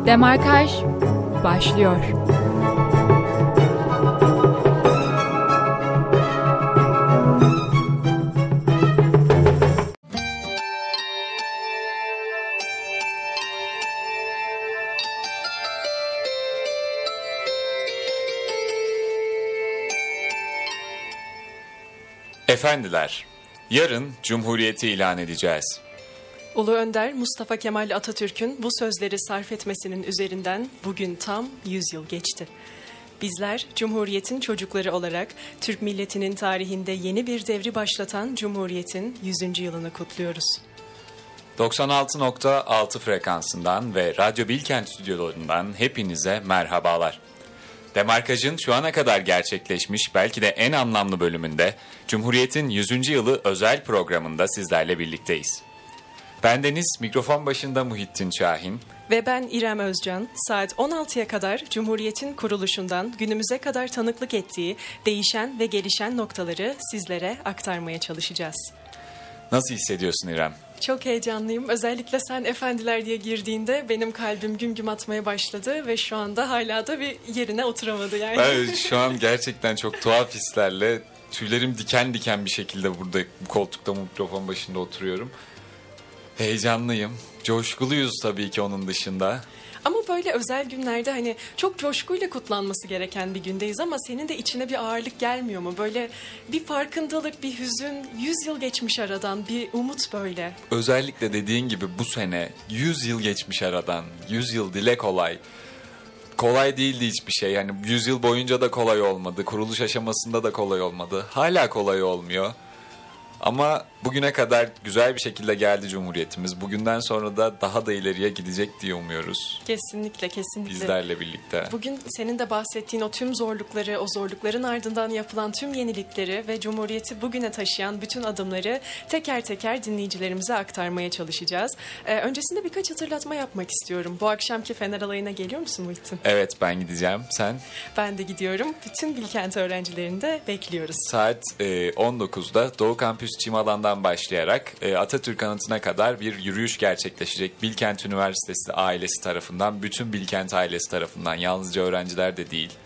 Demarkaj başlıyor. Efendiler, yarın Cumhuriyeti ilan edeceğiz. Ulu Önder Mustafa Kemal Atatürk'ün bu sözleri sarf etmesinin üzerinden bugün tam 100 yıl geçti. Bizler Cumhuriyet'in çocukları olarak Türk milletinin tarihinde yeni bir devri başlatan Cumhuriyet'in 100. yılını kutluyoruz. 96.6 frekansından ve Radyo Bilkent stüdyolarından hepinize merhabalar. Demarkaj'ın şu ana kadar gerçekleşmiş belki de en anlamlı bölümünde Cumhuriyet'in 100. yılı özel programında sizlerle birlikteyiz. Bendeniz mikrofon başında Muhittin Şahin. Ve ben İrem Özcan. Saat 16'ya kadar Cumhuriyet'in kuruluşundan günümüze kadar tanıklık ettiği değişen ve gelişen noktaları sizlere aktarmaya çalışacağız. Nasıl hissediyorsun İrem? Çok heyecanlıyım. Özellikle sen efendiler diye girdiğinde benim kalbim güm güm atmaya başladı ve şu anda hala da bir yerine oturamadı yani. Ben şu an gerçekten çok tuhaf hislerle, tüylerim diken diken bir şekilde burada bu koltukta mikrofon başında oturuyorum. Heyecanlıyım. Coşkuluyuz tabii ki onun dışında. Ama böyle özel günlerde hani çok coşkuyla kutlanması gereken bir gündeyiz ama senin de içine bir ağırlık gelmiyor mu? Böyle bir farkındalık, bir hüzün, 100 yıl geçmiş aradan, bir umut böyle. Özellikle dediğin gibi bu sene 100 yıl geçmiş aradan. 100 yıl dile kolay. Kolay değildi hiçbir şey. Yani 100 yıl boyunca da kolay olmadı. Kuruluş aşamasında da kolay olmadı. Hala kolay olmuyor. Ama bugüne kadar güzel bir şekilde geldi Cumhuriyetimiz. Bugünden sonra da daha da ileriye gidecek diye umuyoruz. Kesinlikle, kesinlikle. Bizlerle birlikte. Bugün senin de bahsettiğin o tüm zorlukları, o zorlukların ardından yapılan tüm yenilikleri ve Cumhuriyeti bugüne taşıyan bütün adımları teker teker dinleyicilerimize aktarmaya çalışacağız. Öncesinde birkaç hatırlatma yapmak istiyorum. Bu akşamki Fener Alayı'na geliyor musun Muhittin? Evet, ben gideceğim. Sen? Ben de gidiyorum. Bütün Bilkent öğrencilerini de bekliyoruz. Saat 19'da Doğu Kampüs Çim Alan'dan başlayarak Atatürk Anıtı'na kadar bir yürüyüş gerçekleşecek. Bilkent Üniversitesi ailesi tarafından, bütün Bilkent ailesi tarafından, yalnızca öğrenciler de değil.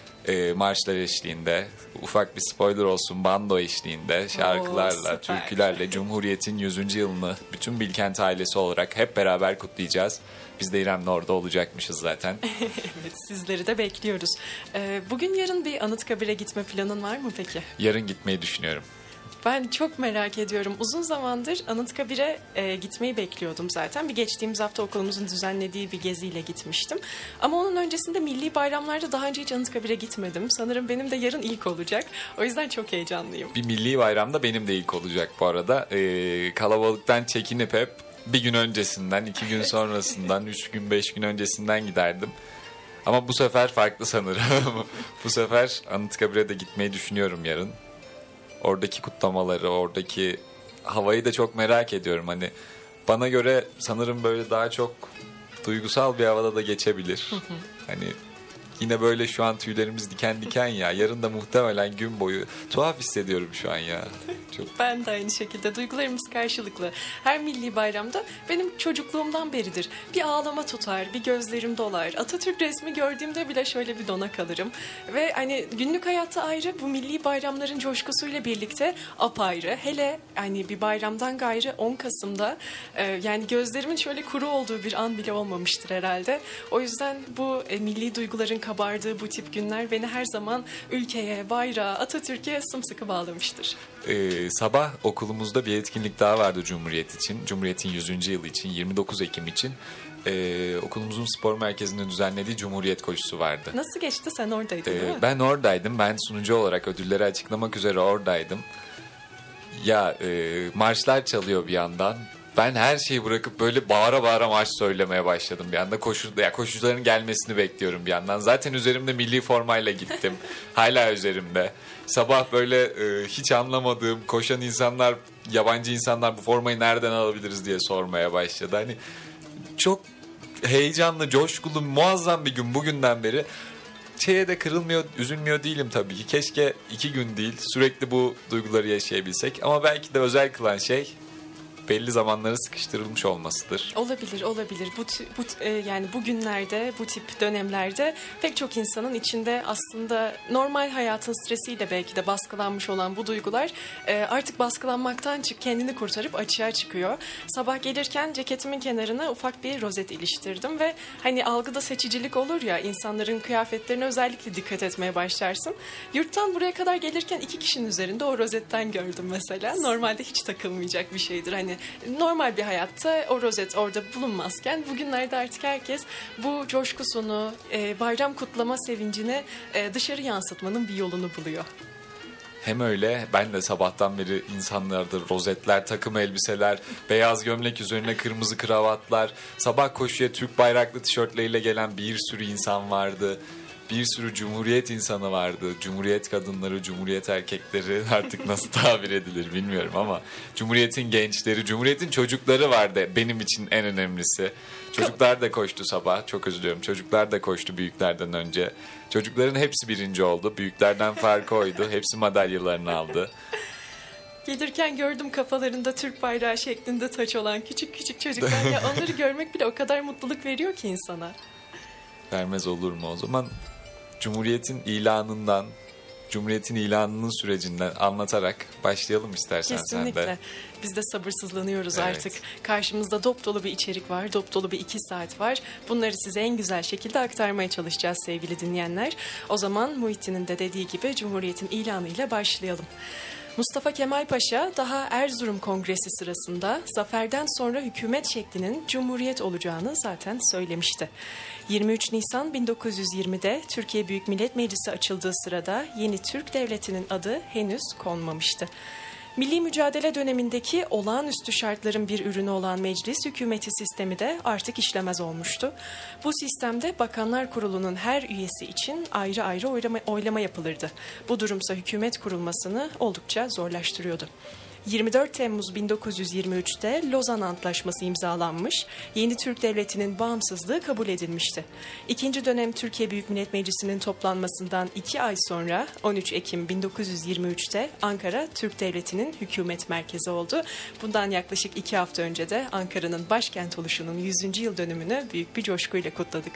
Marşlar eşliğinde, ufak bir spoiler olsun, bando eşliğinde, şarkılarla, türkülerle Cumhuriyet'in 100. yılını bütün Bilkent ailesi olarak hep beraber kutlayacağız. Biz de İrem'le orada olacakmışız zaten. Evet, sizleri de bekliyoruz. Bugün yarın bir Anıtkabir'e gitme planın var mı peki? Yarın gitmeyi düşünüyorum. Ben çok merak ediyorum. Uzun zamandır Anıtkabir'e gitmeyi bekliyordum zaten. Bir geçtiğimiz hafta okulumuzun düzenlediği bir geziyle gitmiştim. Ama onun öncesinde milli bayramlarda daha önce hiç Anıtkabir'e gitmedim. Sanırım benim de yarın ilk olacak. O yüzden çok heyecanlıyım. Bir milli bayramda benim de ilk olacak bu arada. Kalabalıktan çekinip hep bir gün öncesinden, 2 gün sonrasından, 3 gün, 5 gün öncesinden giderdim. Ama bu sefer farklı sanırım. Bu sefer Anıtkabir'e de gitmeyi düşünüyorum yarın. Oradaki kutlamaları, oradaki havayı da çok merak ediyorum. Hani bana göre sanırım böyle daha çok duygusal bir havada da geçebilir. Hani yine böyle şu an tüylerimiz diken diken ya. Yarın da muhtemelen gün boyu tuhaf hissediyorum şu an ya. Çok... Ben de aynı şekilde. Duygularımız karşılıklı. Her milli bayramda benim çocukluğumdan beridir. Bir ağlama tutar, bir gözlerim dolar. Atatürk resmi gördüğümde bile şöyle bir dona kalırım. Ve hani günlük hayatta ayrı, bu milli bayramların coşkusuyla birlikte apayrı. Hele hani bir bayramdan gayrı 10 Kasım'da yani gözlerimin şöyle kuru olduğu bir an bile olmamıştır herhalde. O yüzden bu milli duyguların kabardığı bu tip günler beni her zaman ülkeye, bayrağa, Atatürk'e sımsıkı bağlamıştır. Sabah okulumuzda bir etkinlik daha vardı Cumhuriyet için. Cumhuriyet'in 100. yılı için, 29 Ekim için. Okulumuzun spor merkezinde düzenlediği Cumhuriyet koşusu vardı. Nasıl geçti? Sen oradaydın değil mi? Ben oradaydım. Ben sunucu olarak ödülleri açıklamak üzere oradaydım. Ya marşlar çalıyor bir yandan. Ben her şeyi bırakıp böyle bağıra bağıra marş söylemeye başladım bir anda. Koşucuların gelmesini bekliyorum bir yandan. Zaten üzerimde milli formayla gittim. Hala üzerimde. Sabah böyle hiç anlamadığım koşan insanlar, yabancı insanlar bu formayı nereden alabiliriz diye sormaya başladı. Hani çok heyecanlı, coşkulu, muazzam bir gün bugünden beri. Şeye de kırılmıyor, üzülmüyor değilim tabii ki. Keşke 2 gün değil sürekli bu duyguları yaşayabilsek. Ama belki de özel kılan şey belli zamanlara sıkıştırılmış olmasıdır. Olabilir. Yani bugünlerde, bu tip dönemlerde pek çok insanın içinde aslında normal hayatın stresiyle belki de baskılanmış olan bu duygular artık baskılanmaktan kendini kurtarıp açığa çıkıyor. Sabah gelirken ceketimin kenarına ufak bir rozet iliştirdim ve hani algıda seçicilik olur ya, insanların kıyafetlerine özellikle dikkat etmeye başlarsın. Yurttan buraya kadar gelirken 2 kişinin üzerinde o rozetten gördüm mesela. Normalde hiç takılmayacak bir şeydir. Hani normal bir hayatta o rozet orada bulunmazken bugünlerde artık herkes bu coşkusunu, bayram kutlama sevincini dışarı yansıtmanın bir yolunu buluyor. Hem öyle, ben de sabahtan beri insanlarda rozetler, takım elbiseler, beyaz gömlek üzerine kırmızı kravatlar, sabah koşuya Türk bayraklı tişörtleriyle gelen bir sürü insan vardı. Bir sürü Cumhuriyet insanı vardı. Cumhuriyet kadınları, Cumhuriyet erkekleri, artık nasıl tabir edilir bilmiyorum ama Cumhuriyet'in gençleri, Cumhuriyet'in çocukları vardı benim için en önemlisi. Çocuklar da koştu sabah, çok üzülüyorum. Çocuklar da koştu büyüklerden önce. Çocukların hepsi birinci oldu. Büyüklerden farkı oydu. Hepsi madalyalarını aldı. Gelirken gördüm kafalarında Türk bayrağı şeklinde taç olan küçük küçük çocuklar. Ya onları görmek bile o kadar mutluluk veriyor ki insana. Vermez olur mu o zaman? Cumhuriyet'in ilanından, Cumhuriyet'in ilanının sürecinden anlatarak başlayalım istersen. Kesinlikle. Sen de. Biz de sabırsızlanıyoruz Evet. artık. Karşımızda dop dolu bir içerik var, dop dolu bir 2 saat var. Bunları size en güzel şekilde aktarmaya çalışacağız sevgili dinleyenler. O zaman Muhittin'in de dediği gibi Cumhuriyet'in ilanıyla başlayalım. Mustafa Kemal Paşa daha Erzurum Kongresi sırasında zaferden sonra hükümet şeklinin Cumhuriyet olacağını zaten söylemişti. 23 Nisan 1920'de Türkiye Büyük Millet Meclisi açıldığı sırada yeni Türk Devleti'nin adı henüz konmamıştı. Milli mücadele dönemindeki olağanüstü şartların bir ürünü olan meclis hükümeti sistemi de artık işlemez olmuştu. Bu sistemde Bakanlar Kurulu'nun her üyesi için ayrı ayrı oylama yapılırdı. Bu durumsa hükümet kurulmasını oldukça zorlaştırıyordu. 24 Temmuz 1923'te Lozan Antlaşması imzalanmış, yeni Türk Devleti'nin bağımsızlığı kabul edilmişti. İkinci dönem Türkiye Büyük Millet Meclisi'nin toplanmasından 2 ay sonra 13 Ekim 1923'te Ankara Türk Devleti'nin hükümet merkezi oldu. Bundan yaklaşık 2 hafta önce de Ankara'nın başkent oluşunun 100. yıl dönümünü büyük bir coşkuyla kutladık.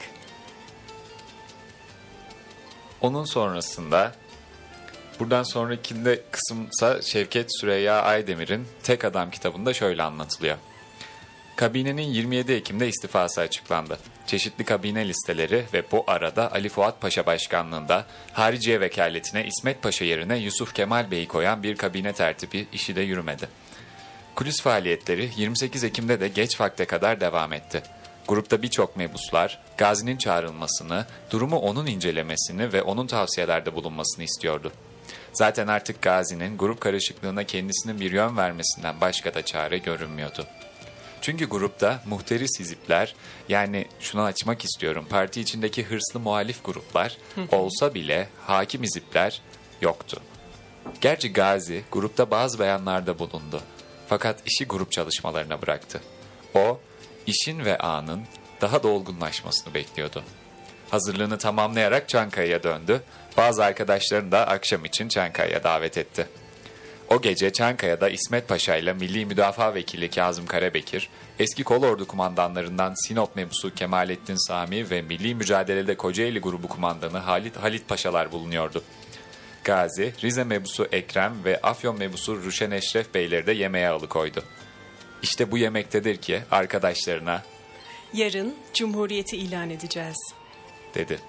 Onun sonrasında, buradan sonrakinde kısımsa Şevket Süreyya Aydemir'in Tek Adam kitabında şöyle anlatılıyor. Kabinenin 27 Ekim'de istifası açıklandı. Çeşitli kabine listeleri ve bu arada Ali Fuat Paşa başkanlığında Hariciye Vekaletine İsmet Paşa yerine Yusuf Kemal Bey'i koyan bir kabine tertibi işi de yürümedi. Kulis faaliyetleri 28 Ekim'de de geç vakte kadar devam etti. Grupta birçok mebuslar Gazi'nin çağrılmasını, durumu onun incelemesini ve onun tavsiyelerde bulunmasını istiyordu. Zaten artık Gazi'nin grup karışıklığına kendisinin bir yön vermesinden başka da çare görünmüyordu. Çünkü grupta muhteris hizipler, yani şunu açmak istiyorum, parti içindeki hırslı muhalif gruplar olsa bile hakim hizipler yoktu. Gerçi Gazi grupta bazı beyanlarda bulundu. Fakat işi grup çalışmalarına bıraktı. O, işin ve anın daha da olgunlaşmasını bekliyordu. Hazırlığını tamamlayarak Çankaya'ya döndü. Bazı arkadaşlarını da akşam için Çankaya'ya davet etti. O gece Çankaya'da İsmet Paşa ile Milli Müdafaa Vekili Kazım Karabekir, eski kolordu kumandanlarından Sinop mebusu Kemalettin Sami ve Milli Mücadele'de Kocaeli grubu kumandanı Halit Paşalar bulunuyordu. Gazi, Rize mebusu Ekrem ve Afyon mebusu Rüşen Eşref Beyleri de yemeğe alıkoydu. İşte bu yemektedir ki arkadaşlarına "Yarın Cumhuriyeti ilan edeceğiz," dedi.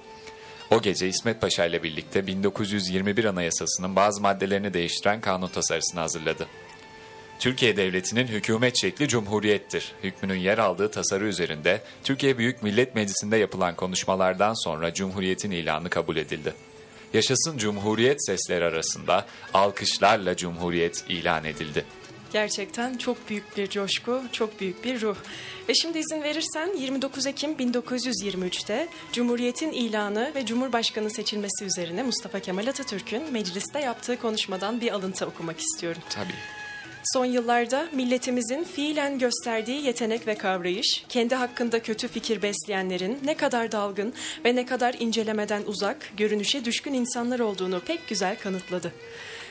O gece İsmet Paşa ile birlikte 1921 Anayasası'nın bazı maddelerini değiştiren kanun tasarısını hazırladı. Türkiye Devleti'nin hükümet şekli cumhuriyettir hükmünün yer aldığı tasarı üzerinde Türkiye Büyük Millet Meclisi'nde yapılan konuşmalardan sonra Cumhuriyet'in ilanı kabul edildi. Yaşasın Cumhuriyet sesleri arasında alkışlarla Cumhuriyet ilan edildi. Gerçekten çok büyük bir coşku, çok büyük bir ruh. Ve şimdi izin verirsen 29 Ekim 1923'te Cumhuriyet'in ilanı ve Cumhurbaşkanı seçilmesi üzerine Mustafa Kemal Atatürk'ün mecliste yaptığı konuşmadan bir alıntı okumak istiyorum. Tabii. Son yıllarda milletimizin fiilen gösterdiği yetenek ve kavrayış, kendi hakkında kötü fikir besleyenlerin ne kadar dalgın ve ne kadar incelemeden uzak, görünüşe düşkün insanlar olduğunu pek güzel kanıtladı.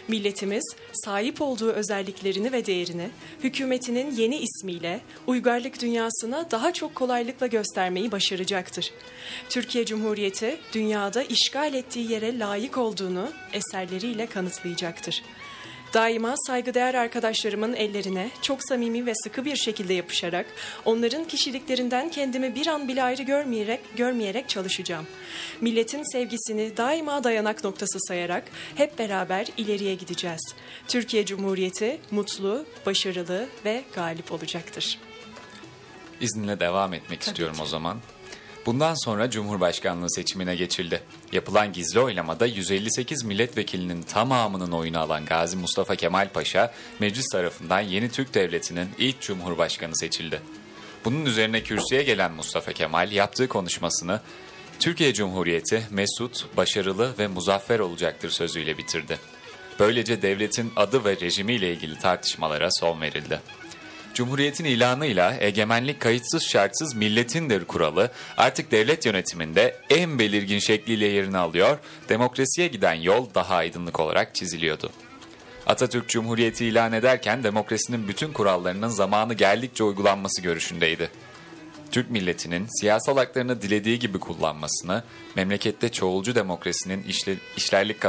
Milletimiz sahip olduğu özelliklerini ve değerini hükümetinin yeni ismiyle uygarlık dünyasına daha çok kolaylıkla göstermeyi başaracaktır. Türkiye Cumhuriyeti dünyada işgal ettiği yere layık olduğunu eserleriyle kanıtlayacaktır. Daima saygıdeğer arkadaşlarımın ellerine çok samimi ve sıkı bir şekilde yapışarak, onların kişiliklerinden kendimi bir an bile ayrı görmeyerek çalışacağım. Milletin sevgisini daima dayanak noktası sayarak hep beraber ileriye gideceğiz. Türkiye Cumhuriyeti mutlu, başarılı ve galip olacaktır. İzninle devam etmek istiyorum o zaman. Bundan sonra Cumhurbaşkanlığı seçimine geçildi. Yapılan gizli oylamada 158 milletvekilinin tamamının oyunu alan Gazi Mustafa Kemal Paşa, meclis tarafından yeni Türk Devleti'nin ilk Cumhurbaşkanı seçildi. Bunun üzerine kürsüye gelen Mustafa Kemal yaptığı konuşmasını Türkiye Cumhuriyeti mesut, başarılı ve muzaffer olacaktır sözüyle bitirdi. Böylece devletin adı ve rejimiyle ilgili tartışmalara son verildi. Cumhuriyetin ilanıyla egemenlik kayıtsız şartsız milletindir kuralı artık devlet yönetiminde en belirgin şekliyle yerini alıyor, demokrasiye giden yol daha aydınlık olarak çiziliyordu. Atatürk Cumhuriyeti ilan ederken demokrasinin bütün kurallarının zamanı geldikçe uygulanması görüşündeydi. Türk milletinin siyasal haklarını dilediği gibi kullanmasını, memlekette çoğulcu demokrasinin işlerlik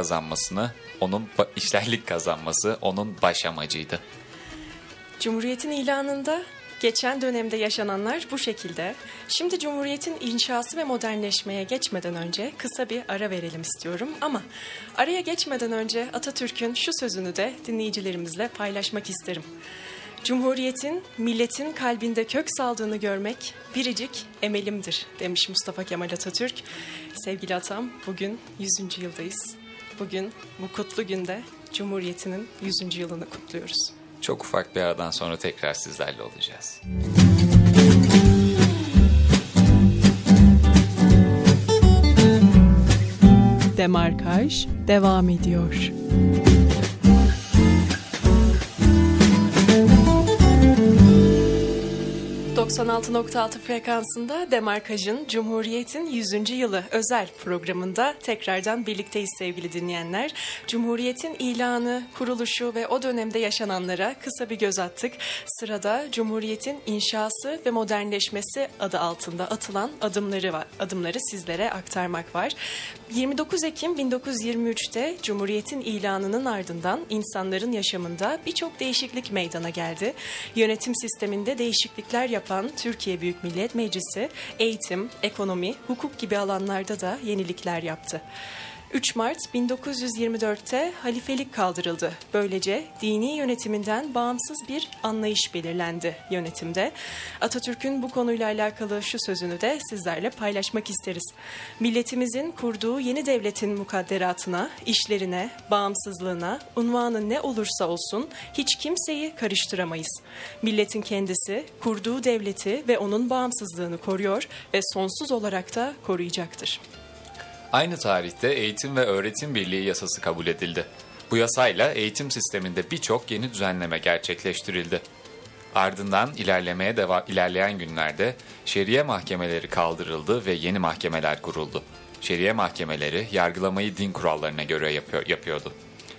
kazanması onun baş amacıydı. Cumhuriyetin ilanında geçen dönemde yaşananlar bu şekilde. Şimdi Cumhuriyetin inşası ve modernleşmeye geçmeden önce kısa bir ara verelim istiyorum. Ama araya geçmeden önce Atatürk'ün şu sözünü de dinleyicilerimizle paylaşmak isterim. Cumhuriyetin milletin kalbinde kök saldığını görmek biricik emelimdir demiş Mustafa Kemal Atatürk. Sevgili atam, bugün 100. yıldayız. Bugün bu kutlu günde Cumhuriyetinin 100. yılını kutluyoruz. Çok ufak bir aradan sonra tekrar sizlerle olacağız. Demarkaj devam ediyor. 96.6 frekansında Demarkaj'ın Cumhuriyet'in 100. yılı özel programında tekrardan birlikteyiz sevgili dinleyenler. Cumhuriyet'in ilanı, kuruluşu ve o dönemde yaşananlara kısa bir göz attık. Sırada Cumhuriyet'in inşası ve modernleşmesi adı altında atılan adımları sizlere aktarmak var. 29 Ekim 1923'te Cumhuriyet'in ilanının ardından insanların yaşamında birçok değişiklik meydana geldi. Yönetim sisteminde değişiklikler yapan Türkiye Büyük Millet Meclisi eğitim, ekonomi, hukuk gibi alanlarda da yenilikler yaptı. 3 Mart 1924'te halifelik kaldırıldı. Böylece dini yönetiminden bağımsız bir anlayış belirlendi yönetimde. Atatürk'ün bu konuyla alakalı şu sözünü de sizlerle paylaşmak isteriz. Milletimizin kurduğu yeni devletin mukadderatına, işlerine, bağımsızlığına, unvanı ne olursa olsun hiç kimseyi karıştıramayız. Milletin kendisi kurduğu devleti ve onun bağımsızlığını koruyor ve sonsuz olarak da koruyacaktır. Aynı tarihte Eğitim ve Öğretim Birliği yasası kabul edildi. Bu yasayla eğitim sisteminde birçok yeni düzenleme gerçekleştirildi. Ardından ilerleyen günlerde şeriye mahkemeleri kaldırıldı ve yeni mahkemeler kuruldu. Şeriye mahkemeleri yargılamayı din kurallarına göre yapıyordu.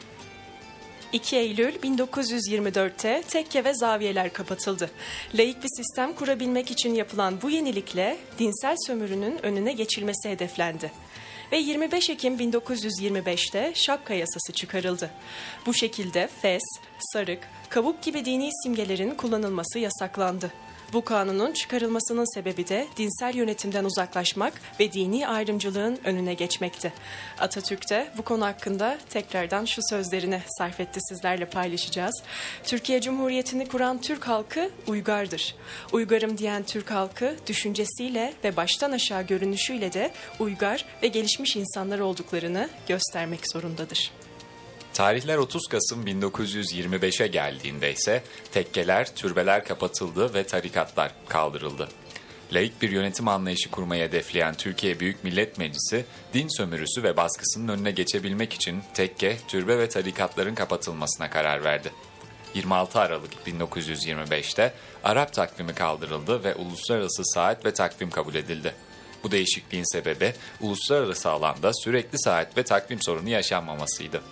2 Eylül 1924'te tekke ve zaviyeler kapatıldı. Laik bir sistem kurabilmek için yapılan bu yenilikle dinsel sömürünün önüne geçilmesi hedeflendi. Ve 25 Ekim 1925'te şapka yasası çıkarıldı. Bu şekilde fes, sarık, kavuk gibi dini simgelerin kullanılması yasaklandı. Bu kanunun çıkarılmasının sebebi de dinsel yönetimden uzaklaşmak ve dini ayrımcılığın önüne geçmekti. Atatürk de bu konu hakkında tekrardan şu sözlerini sarf etti, sizlerle paylaşacağız. Türkiye Cumhuriyeti'ni kuran Türk halkı uygardır. Uygarım diyen Türk halkı düşüncesiyle ve baştan aşağı görünüşüyle de uygar ve gelişmiş insanlar olduklarını göstermek zorundadır. Tarihler 30 Kasım 1925'e geldiğinde ise tekkeler, türbeler kapatıldı ve tarikatlar kaldırıldı. Laik bir yönetim anlayışı kurmayı hedefleyen Türkiye Büyük Millet Meclisi, din sömürüsü ve baskısının önüne geçebilmek için tekke, türbe ve tarikatların kapatılmasına karar verdi. 26 Aralık 1925'te Arap takvimi kaldırıldı ve uluslararası saat ve takvim kabul edildi. Bu değişikliğin sebebi uluslararası alanda sürekli saat ve takvim sorunu yaşanmamasıydı.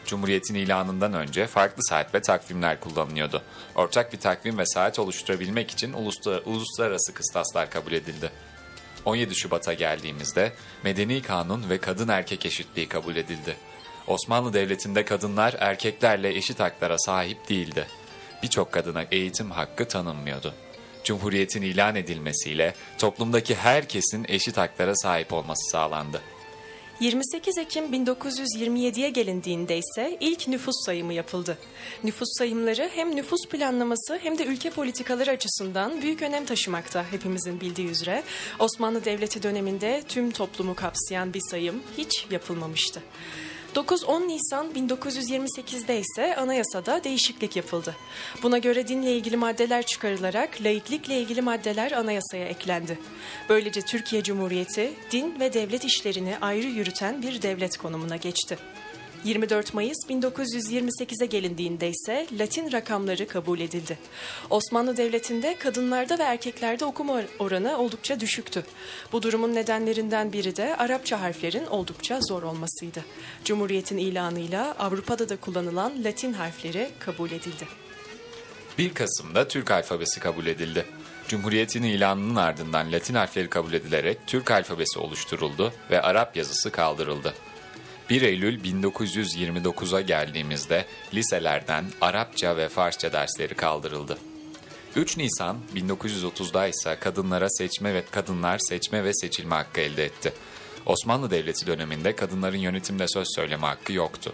Cumhuriyetin ilanından önce farklı saat ve takvimler kullanılıyordu. Ortak bir takvim ve saat oluşturabilmek için uluslararası kıstaslar kabul edildi. 17 Şubat'a geldiğimizde medeni kanun ve kadın erkek eşitliği kabul edildi. Osmanlı Devleti'nde kadınlar erkeklerle eşit haklara sahip değildi. Birçok kadına eğitim hakkı tanınmıyordu. Cumhuriyetin ilan edilmesiyle toplumdaki herkesin eşit haklara sahip olması sağlandı. 28 Ekim 1927'ye gelindiğinde ise ilk nüfus sayımı yapıldı. Nüfus sayımları hem nüfus planlaması hem de ülke politikaları açısından büyük önem taşımakta hepimizin bildiği üzere. Osmanlı Devleti döneminde tüm toplumu kapsayan bir sayım hiç yapılmamıştı. 9-10 Nisan 1928'de ise anayasada değişiklik yapıldı. Buna göre dinle ilgili maddeler çıkarılarak laiklikle ilgili maddeler anayasaya eklendi. Böylece Türkiye Cumhuriyeti din ve devlet işlerini ayrı yürüten bir devlet konumuna geçti. 24 Mayıs 1928'e gelindiğinde ise Latin rakamları kabul edildi. Osmanlı Devleti'nde kadınlarda ve erkeklerde okuma oranı oldukça düşüktü. Bu durumun nedenlerinden biri de Arapça harflerin oldukça zor olmasıydı. Cumhuriyetin ilanıyla Avrupa'da da kullanılan Latin harfleri kabul edildi. 1 Kasım'da Türk alfabesi kabul edildi. Cumhuriyetin ilanının ardından Latin harfleri kabul edilerek Türk alfabesi oluşturuldu ve Arap yazısı kaldırıldı. 1 Eylül 1929'a geldiğimizde liselerden Arapça ve Farsça dersleri kaldırıldı. 3 Nisan 1930'da ise kadınlar seçme ve seçilme hakkı elde etti. Osmanlı Devleti döneminde kadınların yönetimde söz söyleme hakkı yoktu.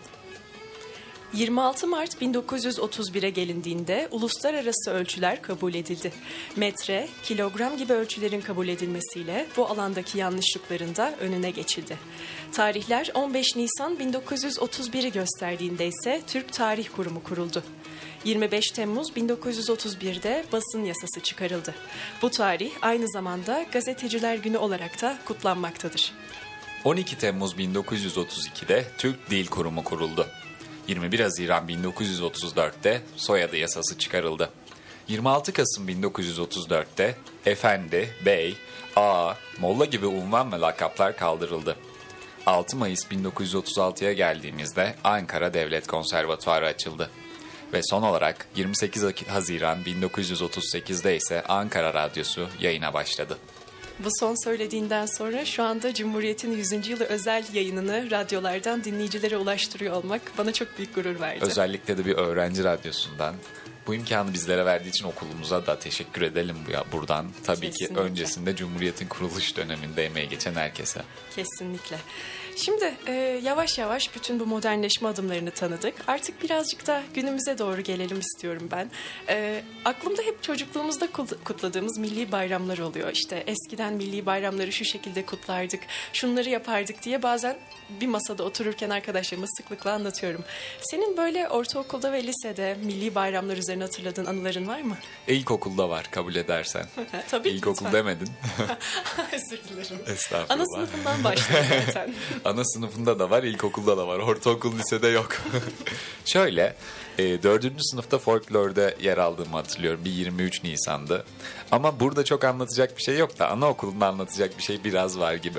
26 Mart 1931'e gelindiğinde uluslararası ölçüler kabul edildi. Metre, kilogram gibi ölçülerin kabul edilmesiyle bu alandaki yanlışlıkların da önüne geçildi. Tarihler 15 Nisan 1931'i gösterdiğinde ise Türk Tarih Kurumu kuruldu. 25 Temmuz 1931'de basın yasası çıkarıldı. Bu tarih aynı zamanda Gazeteciler Günü olarak da kutlanmaktadır. 12 Temmuz 1932'de Türk Dil Kurumu kuruldu. 21 Haziran 1934'te soyadı yasası çıkarıldı. 26 Kasım 1934'te efendi, bey, ağa, molla gibi unvan ve lakaplar kaldırıldı. 6 Mayıs 1936'ya geldiğimizde Ankara Devlet Konservatuarı açıldı. Ve son olarak 28 Haziran 1938'de ise Ankara Radyosu yayına başladı. Bu son söylediğinden sonra şu anda Cumhuriyet'in 100. yılı özel yayınını radyolardan dinleyicilere ulaştırıyor olmak bana çok büyük gurur verdi. Özellikle de bir öğrenci radyosundan bu imkanı bizlere verdiği için okulumuza da teşekkür edelim buradan. Tabii Kesinlikle. ki öncesinde Cumhuriyet'in kuruluş döneminde emeği geçen herkese. Kesinlikle. Şimdi yavaş yavaş bütün bu modernleşme adımlarını tanıdık. Artık birazcık da günümüze doğru gelelim istiyorum ben. Aklımda hep çocukluğumuzda kutladığımız milli bayramlar oluyor. İşte eskiden milli bayramları şu şekilde kutlardık, şunları yapardık diye bazen bir masada otururken arkadaşlarıma sıklıkla anlatıyorum. Senin böyle ortaokulda ve lisede milli bayramlar üzerine hatırladığın anıların var mı? İlkokulda var kabul edersen. Tabii ki. İlkokul lütfen. demedin. Özür dilerim. Estağfurullah. Ana sınıfından başlıyor zaten. Ana sınıfında da var, ilkokulda da var. Ortaokul, lisede yok. Şöyle, 4. sınıfta folklorda yer aldığımı hatırlıyorum. Bir 23 Nisan'dı. Ama burada çok anlatacak bir şey yok da anaokulunda anlatacak bir şey biraz var gibi.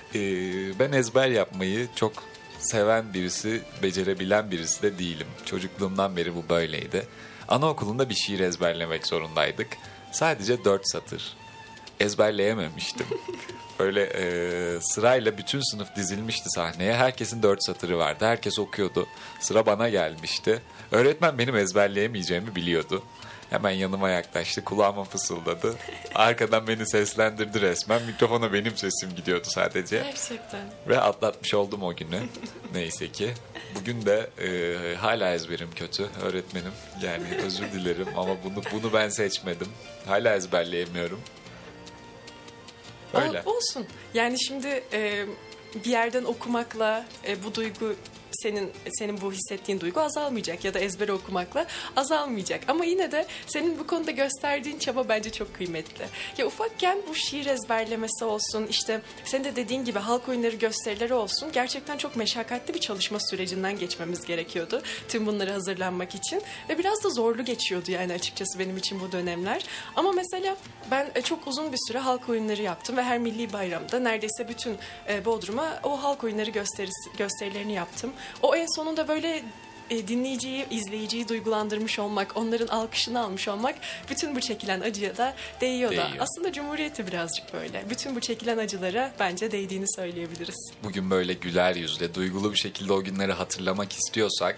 Ben ezber yapmayı çok seven birisi, becerebilen birisi de değilim. Çocukluğumdan beri bu böyleydi. Anaokulunda bir şiir ezberlemek zorundaydık. Sadece 4 satır. Ezberleyememiştim. Böyle sırayla bütün sınıf dizilmişti sahneye. Herkesin 4 satırı vardı. Herkes okuyordu. Sıra bana gelmişti. Öğretmen benim ezberleyemeyeceğimi biliyordu. Hemen yanıma yaklaştı. Kulağıma fısıldadı. Arkadan beni seslendirdi resmen. Mikrofona benim sesim gidiyordu sadece. Gerçekten. Ve atlatmış oldum o günü. Neyse ki. Bugün de hala ezberim kötü öğretmenim. Yani özür dilerim ama bunu ben seçmedim. Hala ezberleyemiyorum. Öyle. Olsun. Yani şimdi bir yerden okumakla bu duygu senin bu hissettiğin duygu azalmayacak ya da ezbere okumakla azalmayacak. Ama yine de senin bu konuda gösterdiğin çaba bence çok kıymetli. Ya ufakken bu şiir ezberlemesi olsun, işte senin de dediğin gibi halk oyunları gösterileri olsun, gerçekten çok meşakkatli bir çalışma sürecinden geçmemiz gerekiyordu. Tüm bunları hazırlanmak için ve biraz da zorlu geçiyordu yani açıkçası benim için bu dönemler. Ama mesela ben çok uzun bir süre halk oyunları yaptım ve her milli bayramda neredeyse bütün Bodrum'a o halk oyunları gösterilerini yaptım. O en sonunda böyle dinleyiciyi, izleyiciyi duygulandırmış olmak, onların alkışını almış olmak bütün bu çekilen acıya da değiyor da. Aslında Cumhuriyet'i birazcık böyle. Bütün bu çekilen acılara bence değdiğini söyleyebiliriz. Bugün böyle güler yüzle, duygulu bir şekilde o günleri hatırlamak istiyorsak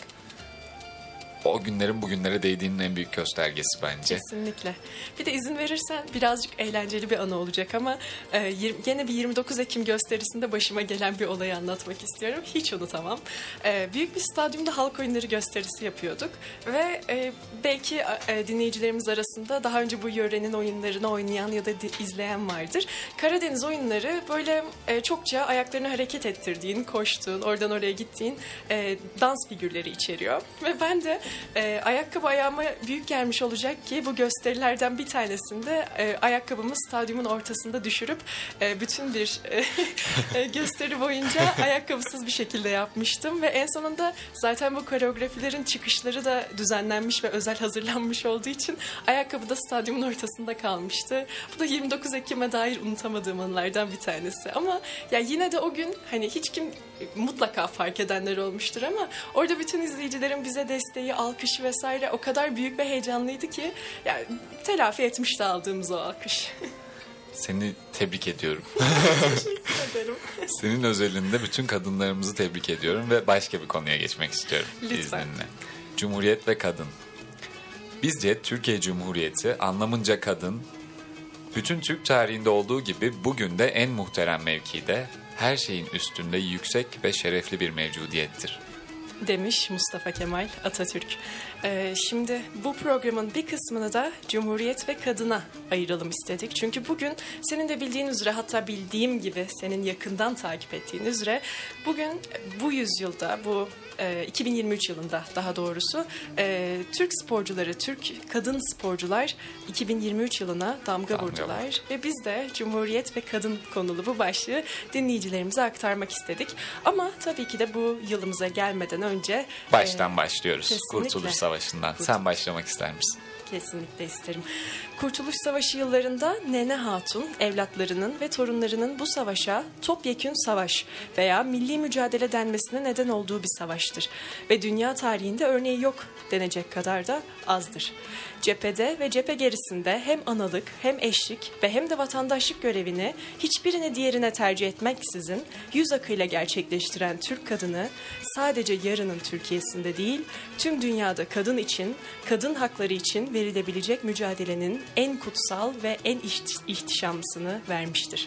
o günlerin bugünlere değdiğinin en büyük göstergesi bence. Kesinlikle. Bir de izin verirsen birazcık eğlenceli bir anı olacak ama gene bir 29 Ekim gösterisinde başıma gelen bir olayı anlatmak istiyorum. Hiç unutamam. Büyük bir stadyumda halk oyunları gösterisi yapıyorduk ve belki dinleyicilerimiz arasında daha önce bu yörenin oyunlarını oynayan ya da izleyen vardır. Karadeniz oyunları böyle çokça ayaklarını hareket ettirdiğin, koştuğun, oradan oraya gittiğin dans figürleri içeriyor. Ve ben de ayakkabı ayağıma büyük gelmiş olacak ki bu gösterilerden bir tanesinde ayakkabımı stadyumun ortasında düşürüp bütün bir gösteri boyunca ayakkabısız bir şekilde yapmıştım ve en sonunda zaten bu koreografilerin çıkışları da düzenlenmiş ve özel hazırlanmış olduğu için ayakkabı da stadyumun ortasında kalmıştı. Bu da 29 Ekim'e dair unutamadığım anılardan bir tanesi. Ama ya yine de o gün hani hiç kim mutlaka fark edenler olmuştur ama orada bütün izleyicilerin bize desteği, alkışı vesaire o kadar büyük ve heyecanlıydı ki yani telafi etmişti aldığımız o alkış. Seni tebrik ediyorum. Teşekkür ederim. Senin özelinde bütün kadınlarımızı tebrik ediyorum ve başka bir konuya geçmek istiyorum. Lütfen. İzninle. Cumhuriyet ve kadın. Bizce Türkiye Cumhuriyeti anlamınca kadın, bütün Türk tarihinde olduğu gibi bugün de en muhterem mevkide, her şeyin üstünde yüksek ve şerefli bir mevcudiyettir. Demiş Mustafa Kemal Atatürk. Şimdi bu programın bir kısmını da Cumhuriyet ve kadına ayıralım istedik. Çünkü bugün senin de bildiğin üzere, hatta bildiğim gibi senin yakından takip ettiğin üzere, bugün bu yüzyılda, bu 2023 yılında daha doğrusu Türk sporcuları, Türk kadın sporcular 2023 yılına damga vurdular. Ve biz de Cumhuriyet ve kadın konulu bu başlığı dinleyicilerimize aktarmak istedik. Ama tabii ki de bu yılımıza gelmeden önce Baştan başlıyoruz. kesinlikle. Kurtuluş Savaşı'ndan. Sen başlamak ister misin? Kesinlikle isterim. Kurtuluş Savaşı yıllarında Nene Hatun, evlatlarının ve torunlarının bu savaşa topyekün savaş veya milli mücadele denmesine neden olduğu bir savaştır. Ve dünya tarihinde örneği yok denecek kadar da azdır. Cephede ve cephe gerisinde hem analık, hem eşlik ve hem de vatandaşlık görevini hiçbirini diğerine tercih etmeksizin yüz akıyla gerçekleştiren Türk kadını sadece yarının Türkiye'sinde değil, tüm dünyada kadın için, kadın hakları için verilebilecek mücadelenin en kutsal ve en ihtişamlısını vermiştir.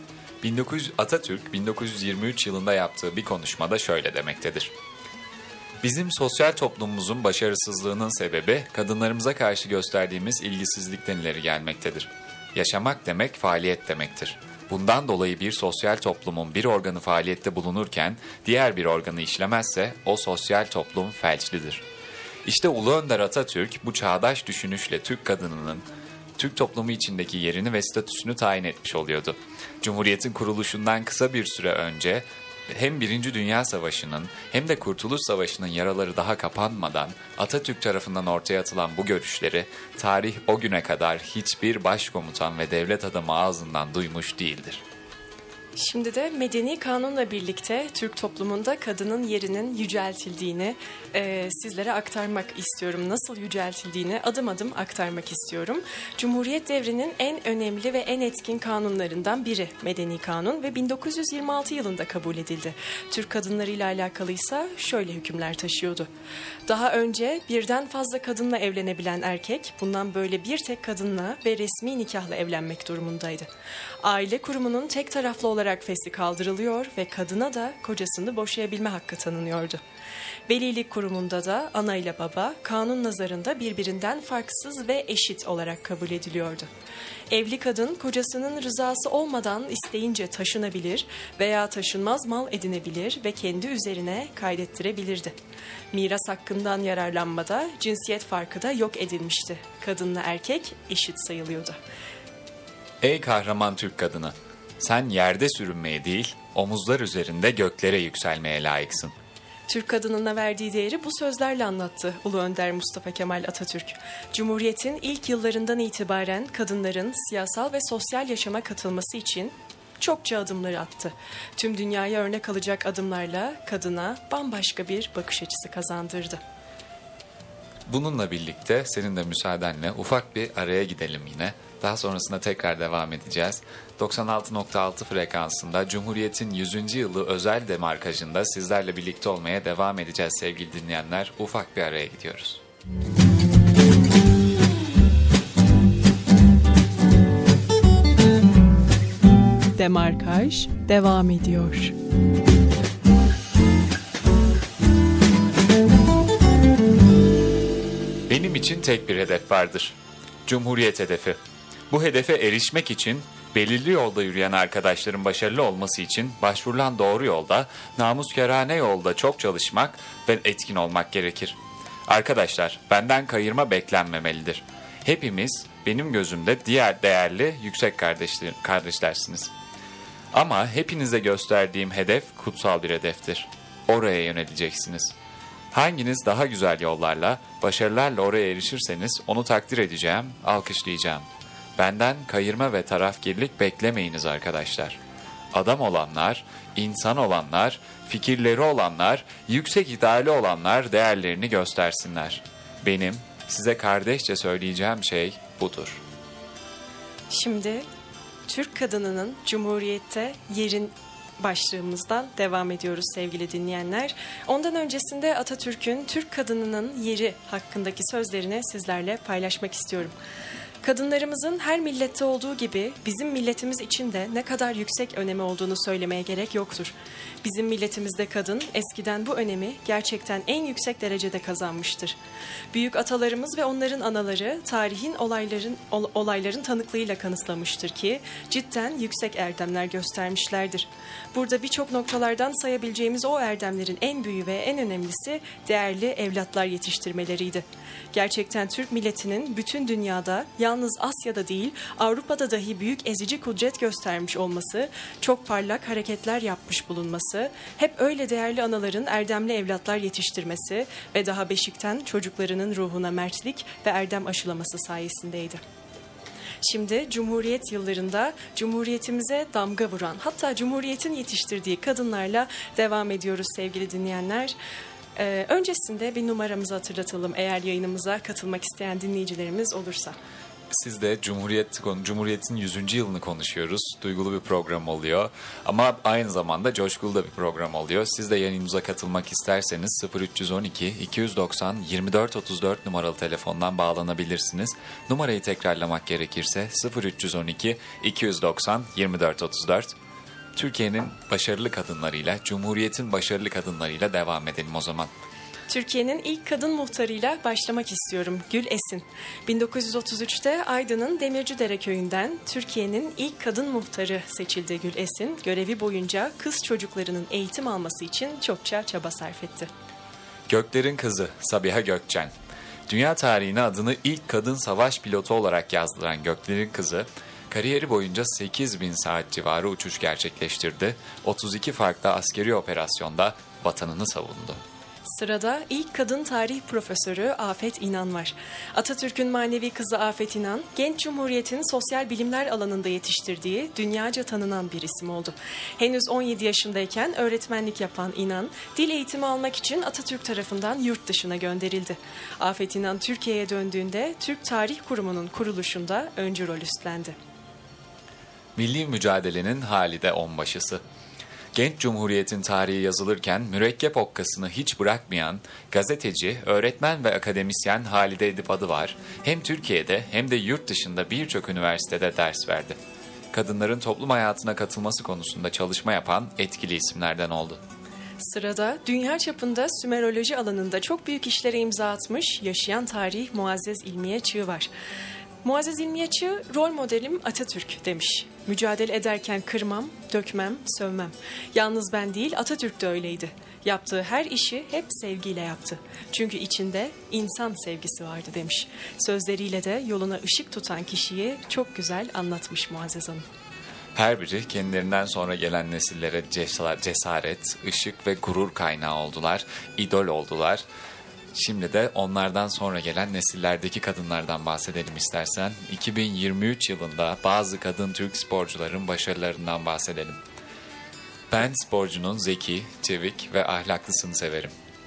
Atatürk 1923 yılında yaptığı bir konuşmada şöyle demektedir. Bizim sosyal toplumumuzun başarısızlığının sebebi kadınlarımıza karşı gösterdiğimiz ilgisizlikten ileri gelmektedir. Yaşamak demek faaliyet demektir. Bundan dolayı bir sosyal toplumun bir organı faaliyette bulunurken diğer bir organı işlemezse o sosyal toplum felçlidir. İşte Ulu Önder Atatürk bu çağdaş düşünüşle Türk kadınının Türk toplumu içindeki yerini ve statüsünü tayin etmiş oluyordu. Cumhuriyetin kuruluşundan kısa bir süre önce hem Birinci Dünya Savaşı'nın hem de Kurtuluş Savaşı'nın yaraları daha kapanmadan Atatürk tarafından ortaya atılan bu görüşleri tarih o güne kadar hiçbir başkomutan ve devlet adamı ağzından duymuş değildir. Şimdi de medeni kanunla birlikte Türk toplumunda kadının yerinin yüceltildiğini sizlere aktarmak istiyorum. Nasıl yüceltildiğini adım adım aktarmak istiyorum. Cumhuriyet devrinin en önemli ve en etkin kanunlarından biri Medeni Kanun ve 1926 yılında kabul edildi. Türk kadınlarıyla alakalıysa şöyle hükümler taşıyordu. Daha önce birden fazla kadınla evlenebilen erkek bundan böyle bir tek kadınla ve resmi nikahla evlenmek durumundaydı. Aile kurumunun tek taraflı olarak fesli kaldırılıyor ve kadına da kocasını boşayabilme hakkı tanınıyordu. Velilik kurumunda da ana ile baba kanun nazarında birbirinden farksız ve eşit olarak kabul ediliyordu. Evli kadın kocasının rızası olmadan isteyince taşınabilir veya taşınmaz mal edinebilir ve kendi üzerine kaydettirebilirdi. Miras hakkından yararlanmada cinsiyet farkı da yok edilmişti. Kadınla erkek eşit sayılıyordu. Ey kahraman Türk kadını! Sen yerde sürünmeye değil, omuzlar üzerinde göklere yükselmeye layıksın. Türk kadınına verdiği değeri bu sözlerle anlattı Ulu Önder Mustafa Kemal Atatürk. Cumhuriyetin ilk yıllarından itibaren kadınların siyasal ve sosyal yaşama katılması için çokça adımları attı. Tüm dünyaya örnek alacak adımlarla kadına bambaşka bir bakış açısı kazandırdı. Bununla birlikte senin de müsaadenle ufak bir araya gidelim yine. Daha sonrasında tekrar devam edeceğiz. 96.6 frekansında Cumhuriyet'in 100. yılı özel demarkajında sizlerle birlikte olmaya devam edeceğiz sevgili dinleyenler. Ufak bir araya gidiyoruz. Demarkaj devam ediyor. Benim için tek bir hedef vardır. Cumhuriyet hedefi. Bu hedefe erişmek için belirli yolda yürüyen arkadaşların başarılı olması için başvurulan doğru yolda, namuskârane yolda çok çalışmak ve etkin olmak gerekir. Arkadaşlar, benden kayırma beklenmemelidir. Hepimiz benim gözümde diğer değerli yüksek kardeşlersiniz. Ama hepinize gösterdiğim hedef kutsal bir hedeftir. Oraya yöneleceksiniz. Hanginiz daha güzel yollarla, başarılarla oraya erişirseniz onu takdir edeceğim, alkışlayacağım. Benden kayırma ve tarafgirlik beklemeyiniz arkadaşlar. Adam olanlar, insan olanlar, fikirleri olanlar, yüksek ideali olanlar değerlerini göstersinler. Benim size kardeşçe söyleyeceğim şey budur. Şimdi Türk kadınının Cumhuriyet'te yerin başlığımızdan devam ediyoruz sevgili dinleyenler. Ondan öncesinde Atatürk'ün Türk kadınının yeri hakkındaki sözlerini sizlerle paylaşmak istiyorum. Kadınlarımızın her millette olduğu gibi bizim milletimiz için de ne kadar yüksek önemi olduğunu söylemeye gerek yoktur. Bizim milletimizde kadın eskiden bu önemi gerçekten en yüksek derecede kazanmıştır. Büyük atalarımız ve onların anaları tarihin olayların tanıklığıyla kanıtlamıştır ki cidden yüksek erdemler göstermişlerdir. Burada birçok noktalardan sayabileceğimiz o erdemlerin en büyüğü ve en önemlisi değerli evlatlar yetiştirmeleriydi. Gerçekten Türk milletinin bütün dünyada, yalnız Asya'da değil Avrupa'da dahi büyük ezici kudret göstermiş olması, çok parlak hareketler yapmış bulunması, hep öyle değerli anaların erdemli evlatlar yetiştirmesi ve daha beşikten çocuklarının ruhuna mertlik ve erdem aşılaması sayesindeydi. Şimdi Cumhuriyet yıllarında Cumhuriyetimize damga vuran, hatta Cumhuriyet'in yetiştirdiği kadınlarla devam ediyoruz sevgili dinleyenler. Öncesinde bir numaramızı hatırlatalım eğer yayınımıza katılmak isteyen dinleyicilerimiz olursa. Siz de Cumhuriyet'in 100. yılını konuşuyoruz. Duygulu bir program oluyor. Ama aynı zamanda coşkulu da bir program oluyor. Siz de yayınımıza katılmak isterseniz 0312 290 24 34 numaralı telefondan bağlanabilirsiniz. Numarayı tekrarlamak gerekirse 0312 290 24 34. Türkiye'nin başarılı kadınlarıyla, Cumhuriyet'in başarılı kadınlarıyla devam edelim o zaman. Türkiye'nin ilk kadın muhtarıyla başlamak istiyorum. Gül Esin. 1933'te Aydın'ın Demircidere köyünden Türkiye'nin ilk kadın muhtarı seçildi Gül Esin. Görevi boyunca kız çocuklarının eğitim alması için çokça çaba sarf etti. Göklerin kızı Sabiha Gökçen. Dünya tarihine adını ilk kadın savaş pilotu olarak yazdıran Göklerin kızı, kariyeri boyunca 8.000 saat civarı uçuş gerçekleştirdi. 32 farklı askeri operasyonda vatanını savundu. Sırada ilk kadın tarih profesörü Afet İnan var. Atatürk'ün manevi kızı Afet İnan, genç Cumhuriyet'in sosyal bilimler alanında yetiştirdiği dünyaca tanınan bir isim oldu. Henüz 17 yaşındayken öğretmenlik yapan İnan, dil eğitimi almak için Atatürk tarafından yurt dışına gönderildi. Afet İnan Türkiye'ye döndüğünde Türk Tarih Kurumu'nun kuruluşunda öncü rol üstlendi. Milli mücadelenin halide onbaşısı. Genç Cumhuriyet'in tarihi yazılırken mürekkep okkasını hiç bırakmayan gazeteci, öğretmen ve akademisyen Halide Edip Adıvar hem Türkiye'de hem de yurt dışında birçok üniversitede ders verdi. Kadınların toplum hayatına katılması konusunda çalışma yapan etkili isimlerden oldu. Sırada dünya çapında Sümeroloji alanında çok büyük işlere imza atmış yaşayan tarih Muazzez İlmiye Çığ var. Muazzez İlmiye Çığ, rol modelim Atatürk demiş. Mücadele ederken kırmam, dökmem, sövmem. Yalnız ben değil Atatürk de öyleydi. Yaptığı her işi hep sevgiyle yaptı. Çünkü içinde insan sevgisi vardı demiş. Sözleriyle de yoluna ışık tutan kişiyi çok güzel anlatmış Muazzez Hanım. Her biri kendilerinden sonra gelen nesillere cesaret, ışık ve gurur kaynağı oldular, idol oldular. Şimdi de onlardan sonra gelen nesillerdeki kadınlardan bahsedelim istersen. 2023 yılında bazı kadın Türk sporcuların başarılarından bahsedelim. Ben sporcunun zeki, çevik ve ahlaklısını severim.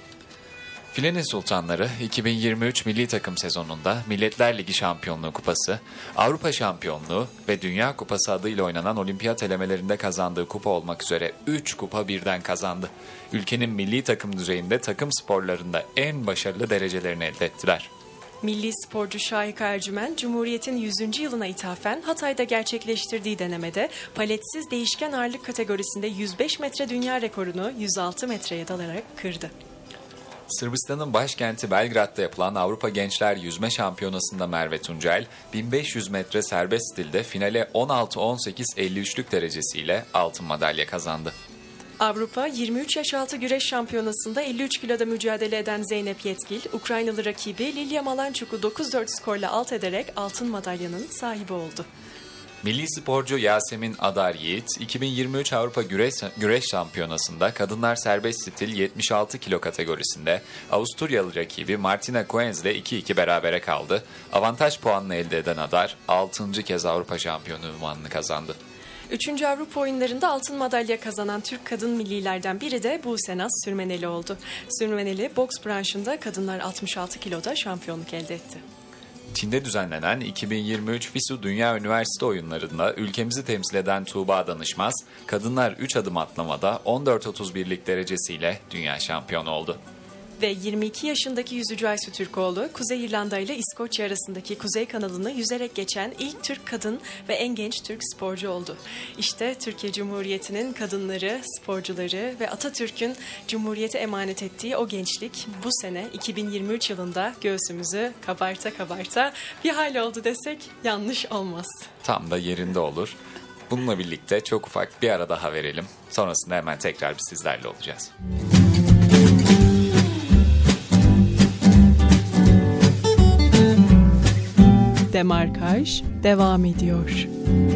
Filenin Sultanları 2023 milli takım sezonunda Milletler Ligi Şampiyonluğu Kupası, Avrupa Şampiyonluğu ve Dünya Kupası adıyla oynanan olimpiyat elemelerinde kazandığı kupa olmak üzere 3 kupa birden kazandı. Ülkenin milli takım düzeyinde takım sporlarında en başarılı derecelerini elde ettiler. Milli sporcu Şahika Ercümen, Cumhuriyet'in 100. yılına ithafen Hatay'da gerçekleştirdiği denemede paletsiz değişken ağırlık kategorisinde 105 metre dünya rekorunu 106 metreye dalarak kırdı. Sırbistan'ın başkenti Belgrad'da yapılan Avrupa Gençler Yüzme Şampiyonası'nda Merve Tuncel, 1500 metre serbest stilde finale 16-18-53'lük derecesiyle altın madalya kazandı. Avrupa 23 yaş altı güreş şampiyonasında 53 kiloda mücadele eden Zeynep Yetkil, Ukraynalı rakibi Lilya Malanchuk'u 9-4 skorla alt ederek altın madalyanın sahibi oldu. Milli sporcu Yasemin Adar Yiğit, 2023 Avrupa Güreş Şampiyonası'nda kadınlar serbest stil 76 kilo kategorisinde Avusturyalı rakibi Martina Koens ile 2-2 berabere kaldı. Avantaj puanını elde eden Adar, 6. kez Avrupa şampiyonu unvanını kazandı. 3. Avrupa oyunlarında altın madalya kazanan Türk kadın millilerden biri de Buse Naz Sürmeneli oldu. Sürmeneli boks branşında kadınlar 66 kiloda şampiyonluk elde etti. Çin'de düzenlenen 2023 FISU Dünya Üniversite Oyunları'nda ülkemizi temsil eden Tuğba Danışmaz, kadınlar 3 adım atlamada 14.31'lik derecesiyle dünya şampiyonu oldu. Ve 22 yaşındaki yüzücü Aysu Türkoğlu, Kuzey İrlanda ile İskoçya arasındaki Kuzey kanalını yüzerek geçen ilk Türk kadın ve en genç Türk sporcu oldu. İşte Türkiye Cumhuriyeti'nin kadınları, sporcuları ve Atatürk'ün Cumhuriyete emanet ettiği o gençlik bu sene 2023 yılında göğsümüzü kabarta kabarta bir hal oldu desek yanlış olmaz. Tam da yerinde olur. Bununla birlikte çok ufak bir ara daha verelim. Sonrasında hemen tekrar bir sizlerle olacağız. Demarkaj devam ediyor.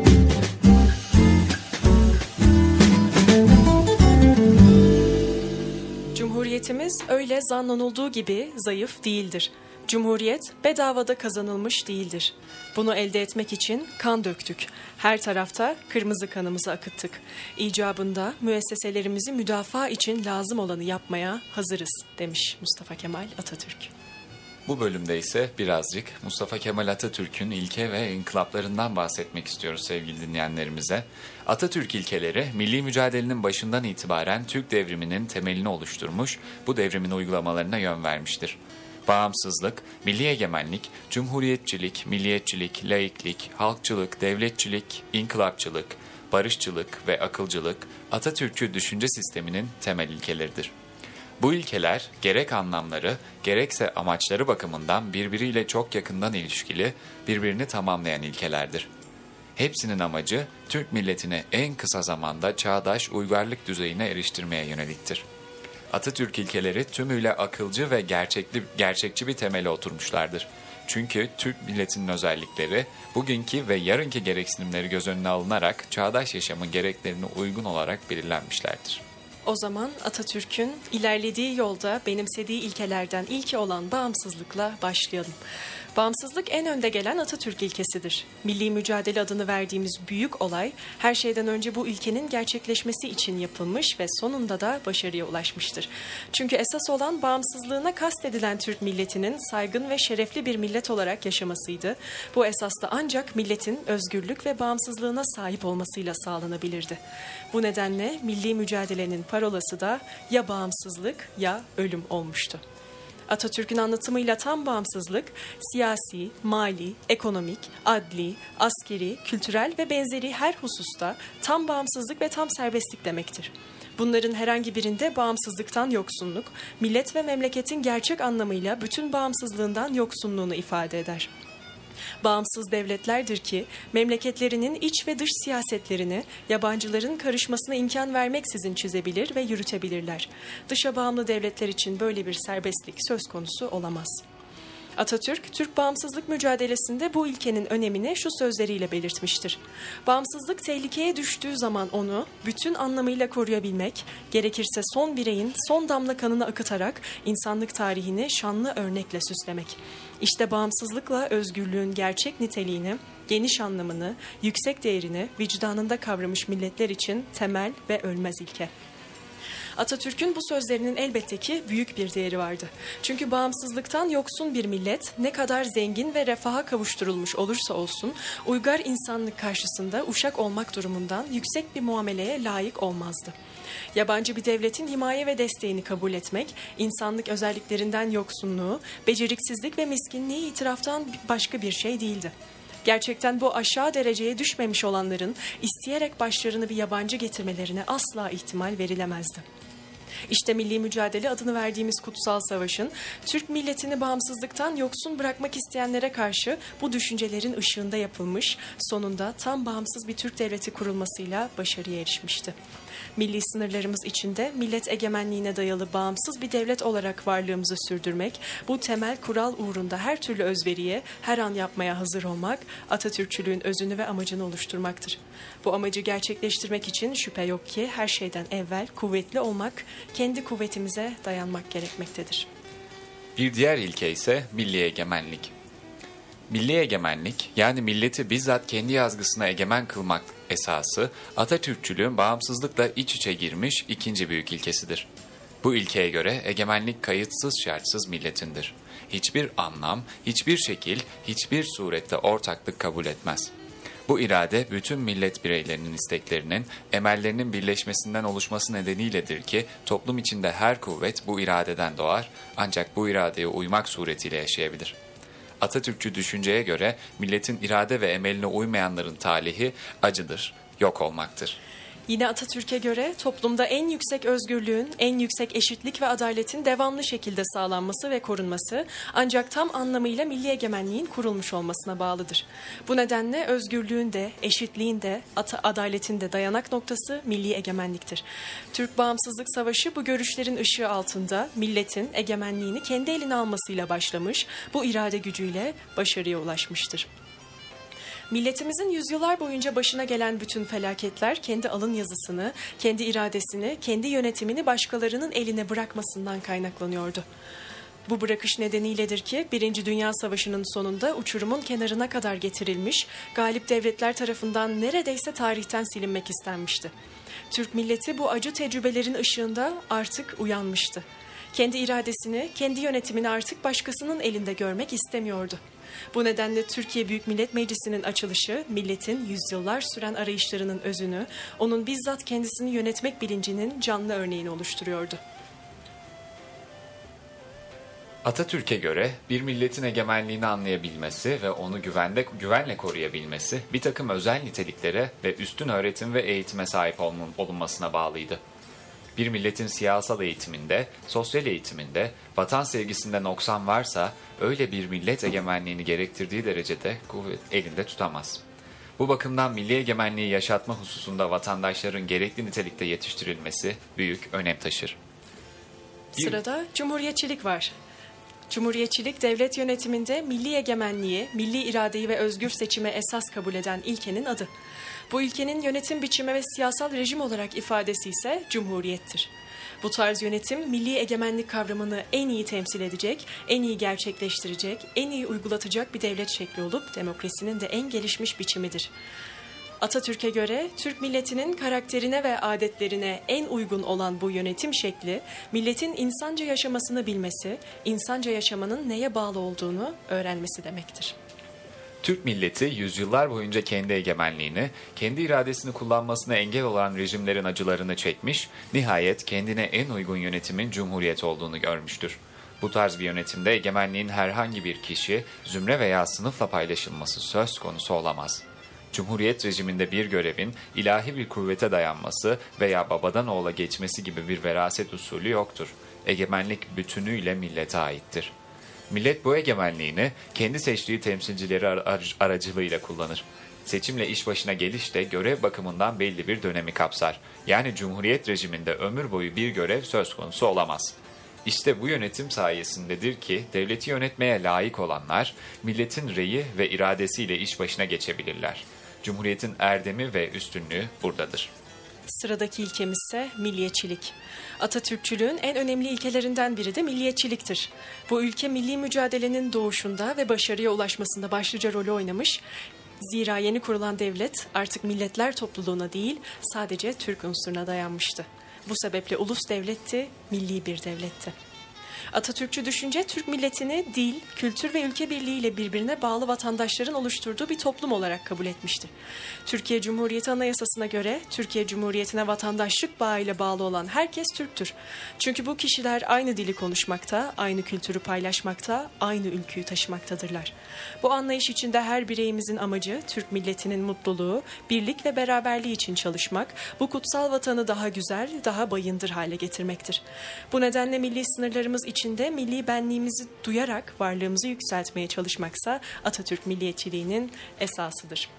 Cumhuriyetimiz öyle zannolunduğu gibi zayıf değildir. Cumhuriyet bedavada kazanılmış değildir. Bunu elde etmek için kan döktük. Her tarafta kırmızı kanımızı akıttık. İcabında müesseselerimizi müdafaa için lazım olanı yapmaya hazırız demiş Mustafa Kemal Atatürk. Bu bölümde ise birazcık Mustafa Kemal Atatürk'ün ilke ve inkılaplarından bahsetmek istiyoruz sevgili dinleyenlerimize. Atatürk ilkeleri milli mücadelenin başından itibaren Türk devriminin temelini oluşturmuş, bu devrimin uygulamalarına yön vermiştir. Bağımsızlık, milli egemenlik, cumhuriyetçilik, milliyetçilik, laiklik, halkçılık, devletçilik, inkılapçılık, barışçılık ve akılcılık Atatürkçü düşünce sisteminin temel ilkeleridir. Bu ilkeler gerek anlamları gerekse amaçları bakımından birbiriyle çok yakından ilişkili, birbirini tamamlayan ilkelerdir. Hepsinin amacı Türk milletini en kısa zamanda çağdaş uygarlık düzeyine eriştirmeye yöneliktir. Atatürk ilkeleri tümüyle akılcı ve gerçekçi bir temele oturmuşlardır. Çünkü Türk milletinin özellikleri bugünkü ve yarınki gereksinimleri göz önüne alınarak çağdaş yaşamın gereklerine uygun olarak belirlenmişlerdir. O zaman Atatürk'ün ilerlediği yolda benimsediği ilkelerden ilki olan bağımsızlıkla başlayalım. Bağımsızlık en önde gelen Atatürk ilkesidir. Milli mücadele adını verdiğimiz büyük olay her şeyden önce bu ilkenin gerçekleşmesi için yapılmış ve sonunda da başarıya ulaşmıştır. Çünkü esas olan bağımsızlığına kastedilen Türk milletinin saygın ve şerefli bir millet olarak yaşamasıydı. Bu esas da ancak milletin özgürlük ve bağımsızlığına sahip olmasıyla sağlanabilirdi. Bu nedenle milli mücadelenin parolası da ya bağımsızlık ya ölüm olmuştu. Atatürk'ün anlatımıyla tam bağımsızlık, siyasi, mali, ekonomik, adli, askeri, kültürel ve benzeri her hususta tam bağımsızlık ve tam serbestlik demektir. Bunların herhangi birinde bağımsızlıktan yoksunluk, millet ve memleketin gerçek anlamıyla bütün bağımsızlığından yoksunluğunu ifade eder. Bağımsız devletlerdir ki memleketlerinin iç ve dış siyasetlerini yabancıların karışmasına imkan vermeksizin çizebilir ve yürütebilirler. Dışa bağımlı devletler için böyle bir serbestlik söz konusu olamaz. Atatürk, Türk bağımsızlık mücadelesinde bu ilkenin önemini şu sözleriyle belirtmiştir. Bağımsızlık tehlikeye düştüğü zaman onu bütün anlamıyla koruyabilmek, gerekirse son bireyin son damla kanını akıtarak insanlık tarihini şanlı örnekle süslemek. İşte bağımsızlıkla özgürlüğün gerçek niteliğini, geniş anlamını, yüksek değerini vicdanında kavramış milletler için temel ve ölmez ilke. Atatürk'ün bu sözlerinin elbette ki büyük bir değeri vardı. Çünkü bağımsızlıktan yoksun bir millet ne kadar zengin ve refaha kavuşturulmuş olursa olsun uygar insanlık karşısında uşak olmak durumundan yüksek bir muameleye layık olmazdı. Yabancı bir devletin himaye ve desteğini kabul etmek, insanlık özelliklerinden yoksunluğu, beceriksizlik ve miskinliği itiraftan başka bir şey değildi. Gerçekten bu aşağı dereceye düşmemiş olanların isteyerek başlarını bir yabancı getirmelerine asla ihtimal verilemezdi. İşte milli mücadele adını verdiğimiz kutsal savaşın Türk milletini bağımsızlıktan yoksun bırakmak isteyenlere karşı bu düşüncelerin ışığında yapılmış, sonunda tam bağımsız bir Türk devleti kurulmasıyla başarıya erişmişti. Milli sınırlarımız içinde millet egemenliğine dayalı bağımsız bir devlet olarak varlığımızı sürdürmek, bu temel kural uğrunda her türlü özveriye her an yapmaya hazır olmak, Atatürkçülüğün özünü ve amacını oluşturmaktır. Bu amacı gerçekleştirmek için şüphe yok ki her şeyden evvel kuvvetli olmak, kendi kuvvetimize dayanmak gerekmektedir. Bir diğer ilke ise milli egemenlik. Milli egemenlik, yani milleti bizzat kendi yazgısına egemen kılmak esası, Atatürkçülüğün bağımsızlıkla iç içe girmiş ikinci büyük ilkesidir. Bu ilkeye göre egemenlik kayıtsız şartsız milletindir. Hiçbir anlam, hiçbir şekil, hiçbir surette ortaklık kabul etmez. Bu irade bütün millet bireylerinin isteklerinin, emellerinin birleşmesinden oluşması nedeniyledir ki toplum içinde her kuvvet bu iradeden doğar, ancak bu iradeye uymak suretiyle yaşayabilir. Atatürkçü düşünceye göre milletin irade ve emeline uymayanların talihi acıdır, yok olmaktır. Yine Atatürk'e göre toplumda en yüksek özgürlüğün, en yüksek eşitlik ve adaletin devamlı şekilde sağlanması ve korunması ancak tam anlamıyla milli egemenliğin kurulmuş olmasına bağlıdır. Bu nedenle özgürlüğün de, eşitliğin de, adaletin de dayanak noktası milli egemenliktir. Türk Bağımsızlık Savaşı bu görüşlerin ışığı altında milletin egemenliğini kendi eline almasıyla başlamış, bu irade gücüyle başarıya ulaşmıştır. Milletimizin yüzyıllar boyunca başına gelen bütün felaketler kendi alın yazısını, kendi iradesini, kendi yönetimini başkalarının eline bırakmasından kaynaklanıyordu. Bu bırakış nedeniyledir ki Birinci Dünya Savaşı'nın sonunda uçurumun kenarına kadar getirilmiş, galip devletler tarafından neredeyse tarihten silinmek istenmişti. Türk milleti bu acı tecrübelerin ışığında artık uyanmıştı. Kendi iradesini, kendi yönetimini artık başkasının elinde görmek istemiyordu. Bu nedenle Türkiye Büyük Millet Meclisi'nin açılışı, milletin yüzyıllar süren arayışlarının özünü, onun bizzat kendisini yönetmek bilincinin canlı örneğini oluşturuyordu. Atatürk'e göre bir milletin egemenliğini anlayabilmesi ve onu güvenle koruyabilmesi bir takım özel niteliklere ve üstün öğretim ve eğitime sahip olunmasına bağlıydı. Bir milletin siyasal eğitiminde, sosyal eğitiminde, vatan sevgisinde noksan varsa öyle bir millet egemenliğini gerektirdiği derecede kuvvet elinde tutamaz. Bu bakımdan milli egemenliği yaşatma hususunda vatandaşların gerekli nitelikte yetiştirilmesi büyük önem taşır. Sırada cumhuriyetçilik var. Cumhuriyetçilik, devlet yönetiminde milli egemenliği, milli iradeyi ve özgür seçime esas kabul eden ilkenin adı. Bu ilkenin yönetim biçimi ve siyasal rejim olarak ifadesi ise cumhuriyettir. Bu tarz yönetim, milli egemenlik kavramını en iyi temsil edecek, en iyi gerçekleştirecek, en iyi uygulatacak bir devlet şekli olup demokrasinin de en gelişmiş biçimidir. Atatürk'e göre Türk milletinin karakterine ve adetlerine en uygun olan bu yönetim şekli, milletin insanca yaşamasını bilmesi, insanca yaşamanın neye bağlı olduğunu öğrenmesi demektir. Türk milleti yüzyıllar boyunca kendi egemenliğini, kendi iradesini kullanmasına engel olan rejimlerin acılarını çekmiş, nihayet kendine en uygun yönetimin cumhuriyet olduğunu görmüştür. Bu tarz bir yönetimde egemenliğin herhangi bir kişi, zümre veya sınıfla paylaşılması söz konusu olamaz. Cumhuriyet rejiminde bir görevin ilahi bir kuvvete dayanması veya babadan oğula geçmesi gibi bir veraset usulü yoktur. Egemenlik bütünüyle millete aittir. Millet bu egemenliğini kendi seçtiği temsilcileri aracılığıyla kullanır. Seçimle iş başına geliş de görev bakımından belli bir dönemi kapsar. Yani Cumhuriyet rejiminde ömür boyu bir görev söz konusu olamaz. İşte bu yönetim sayesindedir ki devleti yönetmeye layık olanlar milletin reyi ve iradesiyle iş başına geçebilirler. Cumhuriyetin erdemi ve üstünlüğü buradadır. Sıradaki ilkemiz ise milliyetçilik. Atatürkçülüğün en önemli ilkelerinden biri de milliyetçiliktir. Bu ülke milli mücadelenin doğuşunda ve başarıya ulaşmasında başlıca rolü oynamış. Zira yeni kurulan devlet artık milletler topluluğuna değil sadece Türk unsuruna dayanmıştı. Bu sebeple ulus devletti, milli bir devletti. Atatürkçü düşünce Türk milletini dil, kültür ve ülke birliğiyle birbirine bağlı vatandaşların oluşturduğu bir toplum olarak kabul etmişti. Türkiye Cumhuriyeti Anayasası'na göre Türkiye Cumhuriyeti'ne vatandaşlık bağıyla bağlı olan herkes Türktür. Çünkü bu kişiler aynı dili konuşmakta, aynı kültürü paylaşmakta, aynı ülküyü taşımaktadırlar. Bu anlayış içinde her bireyimizin amacı Türk milletinin mutluluğu, birlik ve beraberliği için çalışmak, bu kutsal vatanı daha güzel, daha bayındır hale getirmektir. Bu nedenle milli sınırlarımız içinde milli benliğimizi duyarak varlığımızı yükseltmeye çalışmaksa Atatürk milliyetçiliğinin esasıdır.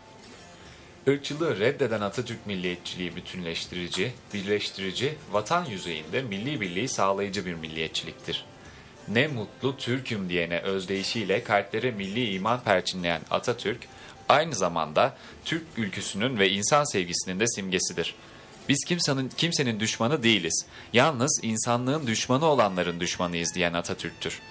Irkçılığı reddeden Atatürk milliyetçiliği bütünleştirici, birleştirici, vatan yüzeyinde milli birliği sağlayıcı bir milliyetçiliktir. Ne mutlu Türk'üm diyene özdeyişiyle kalplere milli iman perçinleyen Atatürk, aynı zamanda Türk ülküsünün ve insan sevgisinin de simgesidir. Biz kimsenin düşmanı değiliz, yalnız insanlığın düşmanı olanların düşmanıyız diyen Atatürk'tür.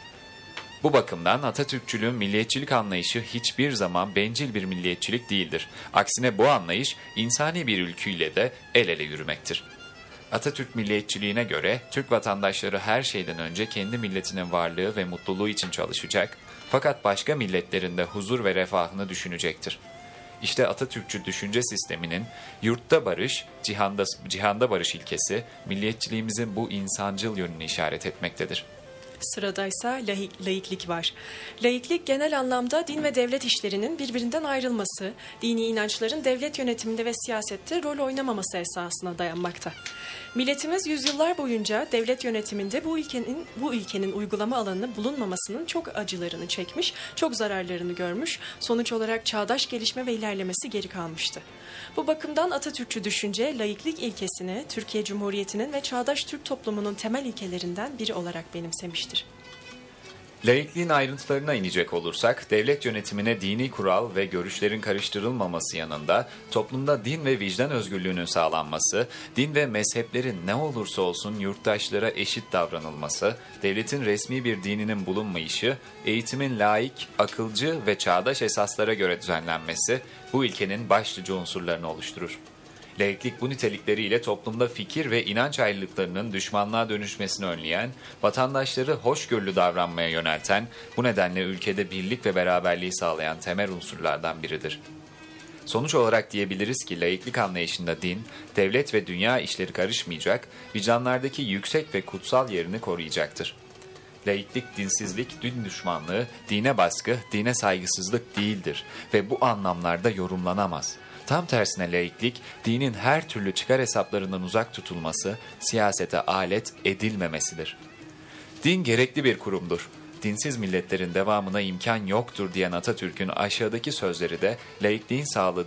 Bu bakımdan Atatürkçülüğün milliyetçilik anlayışı hiçbir zaman bencil bir milliyetçilik değildir. Aksine bu anlayış insani bir ülküyle de el ele yürümektir. Atatürk milliyetçiliğine göre Türk vatandaşları her şeyden önce kendi milletinin varlığı ve mutluluğu için çalışacak, fakat başka milletlerin de huzur ve refahını düşünecektir. İşte Atatürkçü düşünce sisteminin yurtta barış, cihanda barış ilkesi, milliyetçiliğimizin bu insancıl yönünü işaret etmektedir. Sıradaysa laiklik var. Laiklik genel anlamda din ve devlet işlerinin birbirinden ayrılması, dini inançların devlet yönetiminde ve siyasette rol oynamaması esasına dayanmakta. Milletimiz yüzyıllar boyunca devlet yönetiminde bu ilkenin uygulama alanı bulunmamasının çok acılarını çekmiş, çok zararlarını görmüş, sonuç olarak çağdaş gelişme ve ilerlemesi geri kalmıştı. Bu bakımdan Atatürkçü düşünce laiklik ilkesini Türkiye Cumhuriyeti'nin ve çağdaş Türk toplumunun temel ilkelerinden biri olarak benimsemiştir. Laikliğin ayrıntılarına inecek olursak, devlet yönetimine dini kural ve görüşlerin karıştırılmaması yanında toplumda din ve vicdan özgürlüğünün sağlanması, din ve mezheplerin ne olursa olsun yurttaşlara eşit davranılması, devletin resmi bir dininin bulunmayışı, eğitimin laik, akılcı ve çağdaş esaslara göre düzenlenmesi bu ilkenin başlıca unsurlarını oluşturur. Laiklik bu nitelikleriyle toplumda fikir ve inanç ayrılıklarının düşmanlığa dönüşmesini önleyen, vatandaşları hoşgörülü davranmaya yönelten, bu nedenle ülkede birlik ve beraberliği sağlayan temel unsurlardan biridir. Sonuç olarak diyebiliriz ki laiklik anlayışında din, devlet ve dünya işleri karışmayacak, vicdanlardaki yüksek ve kutsal yerini koruyacaktır. Laiklik, dinsizlik, din düşmanlığı, dine baskı, dine saygısızlık değildir ve bu anlamlarda yorumlanamaz. Tam tersine laiklik, dinin her türlü çıkar hesaplarından uzak tutulması, siyasete alet edilmemesidir. Din gerekli bir kurumdur. Dinsiz milletlerin devamına imkan yoktur diyen Atatürk'ün aşağıdaki sözleri de laikliğin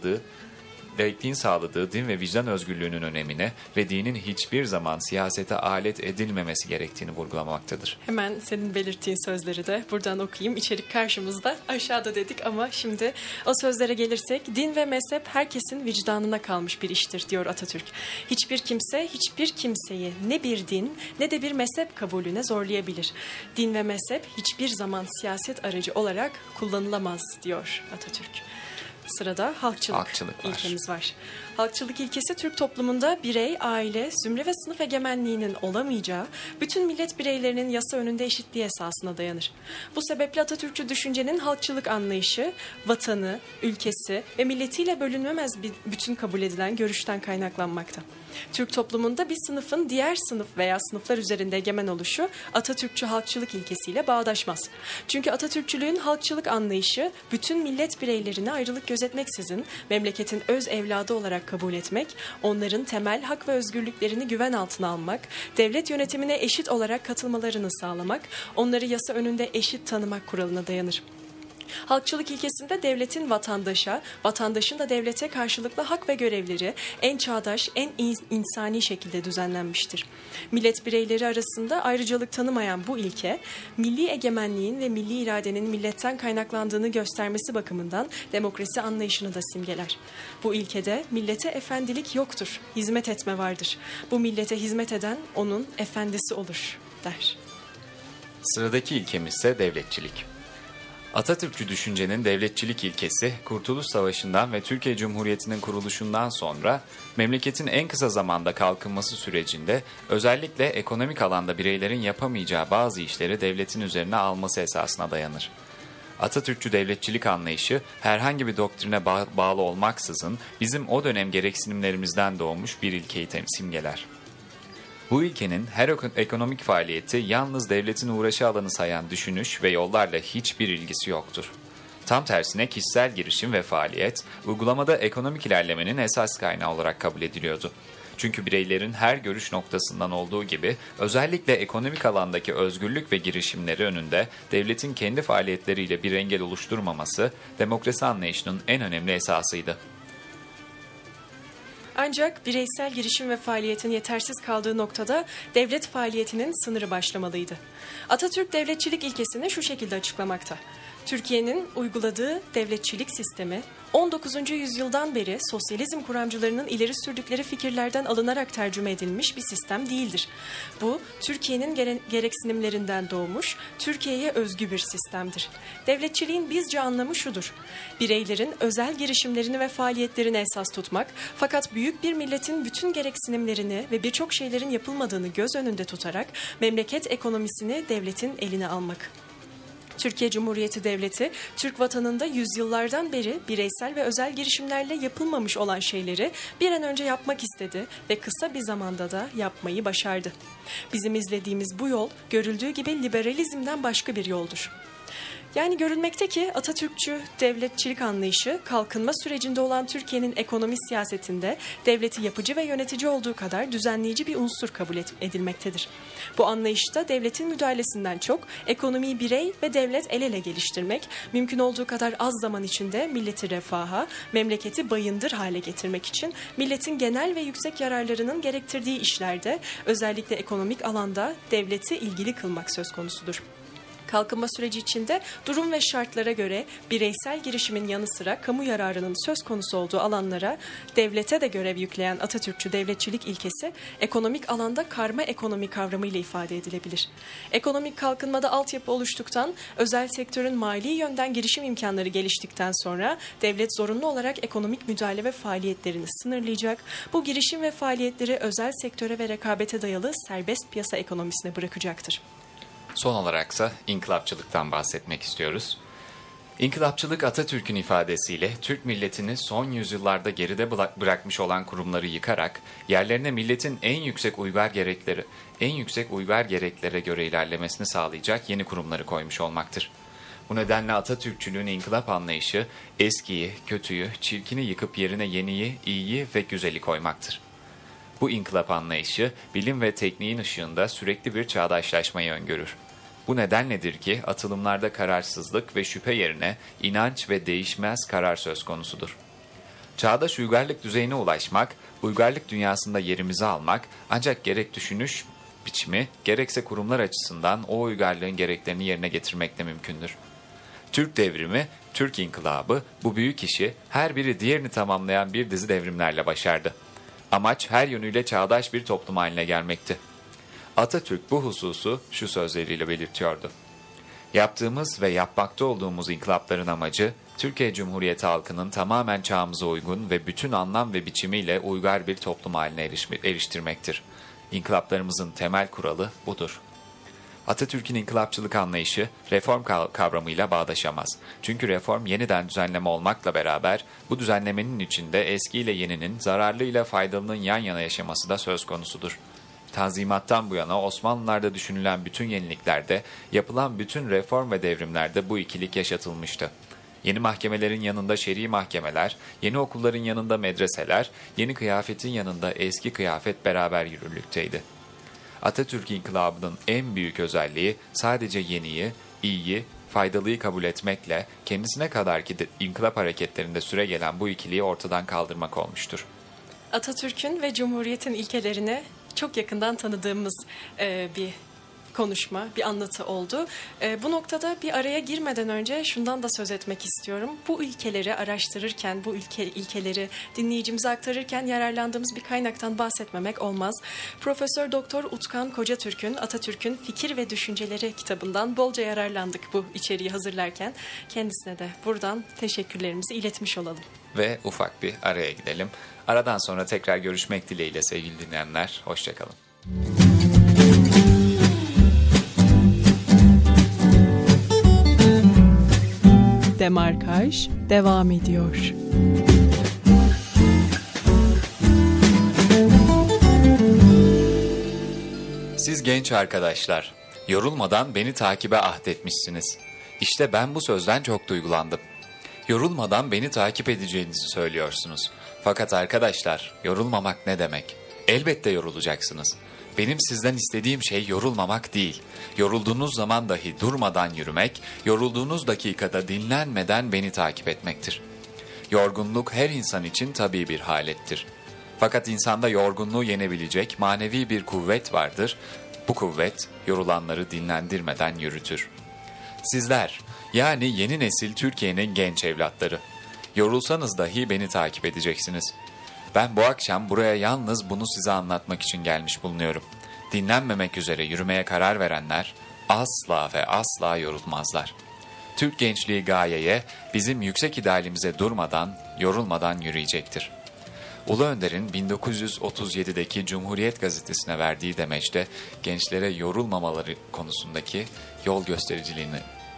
sağladığı din ve vicdan özgürlüğünün önemine ve dinin hiçbir zaman siyasete alet edilmemesi gerektiğini vurgulamaktadır. Hemen senin belirttiğin sözleri de buradan okuyayım. İçerik karşımızda, aşağıda dedik ama şimdi o sözlere gelirsek, din ve mezhep herkesin vicdanına kalmış bir iştir diyor Atatürk. Hiçbir kimse hiçbir kimseyi ne bir din ne de bir mezhep kabulüne zorlayabilir. Din ve mezhep hiçbir zaman siyaset aracı olarak kullanılamaz diyor Atatürk. Sırada halkçılık ilkemiz var. Halkçılık ilkesi Türk toplumunda birey, aile, zümre ve sınıf egemenliğinin olamayacağı, bütün millet bireylerinin yasa önünde eşitliği esasına dayanır. Bu sebeple Atatürkçü düşüncenin halkçılık anlayışı, vatanı, ülkesi ve milletiyle bölünmez bir bütün kabul edilen görüşten kaynaklanmakta. Türk toplumunda bir sınıfın diğer sınıf veya sınıflar üzerinde egemen oluşu Atatürkçü halkçılık ilkesiyle bağdaşmaz. Çünkü Atatürkçülüğün halkçılık anlayışı bütün millet bireylerine ayrılık gözetmeksizin memleketin öz evladı olarak kabul etmek, onların temel hak ve özgürlüklerini güven altına almak, devlet yönetimine eşit olarak katılmalarını sağlamak, onları yasa önünde eşit tanımak kuralına dayanır. Halkçılık ilkesinde devletin vatandaşa, vatandaşın da devlete karşılıklı hak ve görevleri en çağdaş, en insani şekilde düzenlenmiştir. Millet bireyleri arasında ayrıcalık tanımayan bu ilke, milli egemenliğin ve milli iradenin milletten kaynaklandığını göstermesi bakımından demokrasi anlayışını da simgeler. Bu ilkede millete efendilik yoktur, hizmet etme vardır. Bu millete hizmet eden onun efendisi olur, der. Sıradaki ilkemiz ise devletçilik. Atatürkçü düşüncenin devletçilik ilkesi, Kurtuluş Savaşı'ndan ve Türkiye Cumhuriyeti'nin kuruluşundan sonra memleketin en kısa zamanda kalkınması sürecinde özellikle ekonomik alanda bireylerin yapamayacağı bazı işleri devletin üzerine alması esasına dayanır. Atatürkçü devletçilik anlayışı herhangi bir doktrine bağlı olmaksızın bizim o dönem gereksinimlerimizden doğmuş bir ilkeyi simgeler. Bu ilkenin her ekonomik faaliyeti yalnız devletin uğraşı alanı sayan düşünüş ve yollarla hiçbir ilgisi yoktur. Tam tersine kişisel girişim ve faaliyet, uygulamada ekonomik ilerlemenin esas kaynağı olarak kabul ediliyordu. Çünkü bireylerin her görüş noktasından olduğu gibi özellikle ekonomik alandaki özgürlük ve girişimleri önünde devletin kendi faaliyetleriyle bir engel oluşturmaması demokrasi anlayışının en önemli esasıydı. Ancak bireysel girişim ve faaliyetin yetersiz kaldığı noktada devlet faaliyetinin sınırı başlamalıydı. Atatürk devletçilik ilkesini şu şekilde açıklamakta. Türkiye'nin uyguladığı devletçilik sistemi 19. yüzyıldan beri sosyalizm kuramcılarının ileri sürdükleri fikirlerden alınarak tercüme edilmiş bir sistem değildir. Bu, Türkiye'nin gereksinimlerinden doğmuş, Türkiye'ye özgü bir sistemdir. Devletçiliğin bizce anlamı şudur: bireylerin özel girişimlerini ve faaliyetlerini esas tutmak, fakat büyük bir milletin bütün gereksinimlerini ve birçok şeylerin yapılmadığını göz önünde tutarak memleket ekonomisini devletin eline almak. Türkiye Cumhuriyeti Devleti, Türk vatanında yüzyıllardan beri bireysel ve özel girişimlerle yapılmamış olan şeyleri bir an önce yapmak istedi ve kısa bir zamanda da yapmayı başardı. Bizim izlediğimiz bu yol, görüldüğü gibi liberalizmden başka bir yoldur. Yani görülmekte ki Atatürkçü devletçilik anlayışı kalkınma sürecinde olan Türkiye'nin ekonomi siyasetinde devleti yapıcı ve yönetici olduğu kadar düzenleyici bir unsur kabul edilmektedir. Bu anlayışta devletin müdahalesinden çok ekonomiyi birey ve devlet el ele geliştirmek, mümkün olduğu kadar az zaman içinde milleti refaha, memleketi bayındır hale getirmek için milletin genel ve yüksek yararlarının gerektirdiği işlerde özellikle ekonomik alanda devleti ilgili kılmak söz konusudur. Kalkınma süreci içinde durum ve şartlara göre bireysel girişimin yanı sıra kamu yararının söz konusu olduğu alanlara devlete de görev yükleyen Atatürkçü devletçilik ilkesi ekonomik alanda karma ekonomi kavramıyla ifade edilebilir. Ekonomik kalkınmada altyapı oluştuktan, özel sektörün mali yönden girişim imkanları geliştikten sonra devlet zorunlu olarak ekonomik müdahale ve faaliyetlerini sınırlayacak, bu girişim ve faaliyetleri özel sektöre ve rekabete dayalı serbest piyasa ekonomisine bırakacaktır. Son olaraksa inkılapçılıktan bahsetmek istiyoruz. İnkılapçılık Atatürk'ün ifadesiyle Türk milletini son yüzyıllarda geride bırakmış olan kurumları yıkarak yerlerine milletin en yüksek uygar gereklere göre ilerlemesini sağlayacak yeni kurumları koymuş olmaktır. Bu nedenle Atatürkçülüğün inkılap anlayışı eskiyi, kötüyü, çirkini yıkıp yerine yeniyi, iyiyi ve güzeli koymaktır. Bu inkılap anlayışı bilim ve tekniğin ışığında sürekli bir çağdaşlaşmayı öngörür. Bu nedenledir ki atılımlarda kararsızlık ve şüphe yerine inanç ve değişmez karar söz konusudur. Çağdaş uygarlık düzeyine ulaşmak, uygarlık dünyasında yerimizi almak ancak gerek düşünüş biçimi gerekse kurumlar açısından o uygarlığın gereklerini yerine getirmekle mümkündür. Türk devrimi, Türk inkılabı bu büyük işi her biri diğerini tamamlayan bir dizi devrimlerle başardı. Amaç her yönüyle çağdaş bir toplum haline gelmekti. Atatürk bu hususu şu sözleriyle belirtiyordu: yaptığımız ve yapmakta olduğumuz inkılapların amacı, Türkiye Cumhuriyeti halkının tamamen çağımıza uygun ve bütün anlam ve biçimiyle uygar bir toplum haline eriştirmektir. İnkılaplarımızın temel kuralı budur. Atatürk'ün inkılapçılık anlayışı reform kavramıyla bağdaşamaz. Çünkü reform yeniden düzenleme olmakla beraber bu düzenlemenin içinde eskiyle yeninin, zararlıyla faydalının yan yana yaşaması da söz konusudur. Tanzimattan bu yana Osmanlılar'da düşünülen bütün yeniliklerde, yapılan bütün reform ve devrimlerde bu ikilik yaşatılmıştı. Yeni mahkemelerin yanında şer'i mahkemeler, yeni okulların yanında medreseler, yeni kıyafetin yanında eski kıyafet beraber yürürlükteydi. Atatürk İnkılabı'nın en büyük özelliği sadece yeniyi, iyiyi faydalıyı kabul etmekle kendisine kadarki inkılap hareketlerinde süregelen bu ikiliyi ortadan kaldırmak olmuştur. Atatürk'ün ve Cumhuriyet'in ilkelerini çok yakından tanıdığımız bir konuşma, bir anlatı oldu. Bu noktada bir araya girmeden önce şundan da söz etmek istiyorum. Bu ilkeleri araştırırken, bu ilkeleri dinleyicimize aktarırken yararlandığımız bir kaynaktan bahsetmemek olmaz. Profesör Doktor Utkan Kocatürk'ün Atatürk'ün Fikir ve Düşünceleri kitabından bolca yararlandık bu içeriği hazırlarken. Kendisine de buradan teşekkürlerimizi iletmiş olalım. Ve ufak bir araya gidelim. Aradan sonra tekrar görüşmek dileğiyle sevgili dinleyenler. Hoşçakalın. Demarkaj devam ediyor. Siz genç arkadaşlar, yorulmadan beni takibe ahdetmişsiniz. İşte ben bu sözden çok duygulandım. Yorulmadan beni takip edeceğinizi söylüyorsunuz. Fakat arkadaşlar, yorulmamak ne demek? Elbette yorulacaksınız. Benim sizden istediğim şey yorulmamak değil. Yorulduğunuz zaman dahi durmadan yürümek, yorulduğunuz dakikada dinlenmeden beni takip etmektir. Yorgunluk her insan için tabii bir halettir. Fakat insanda yorgunluğu yenebilecek manevi bir kuvvet vardır. Bu kuvvet yorulanları dinlendirmeden yürütür. Sizler, yani yeni nesil Türkiye'nin genç evlatları. Yorulsanız dahi beni takip edeceksiniz. Ben bu akşam buraya yalnız bunu size anlatmak için gelmiş bulunuyorum. Dinlenmemek üzere yürümeye karar verenler asla ve asla yorulmazlar. Türk gençliği gayeye, bizim yüksek idealimize durmadan, yorulmadan yürüyecektir. Ulu Önder'in 1937'deki Cumhuriyet Gazetesi'ne verdiği demeçte gençlere yorulmamaları konusundaki yol göstericiliğini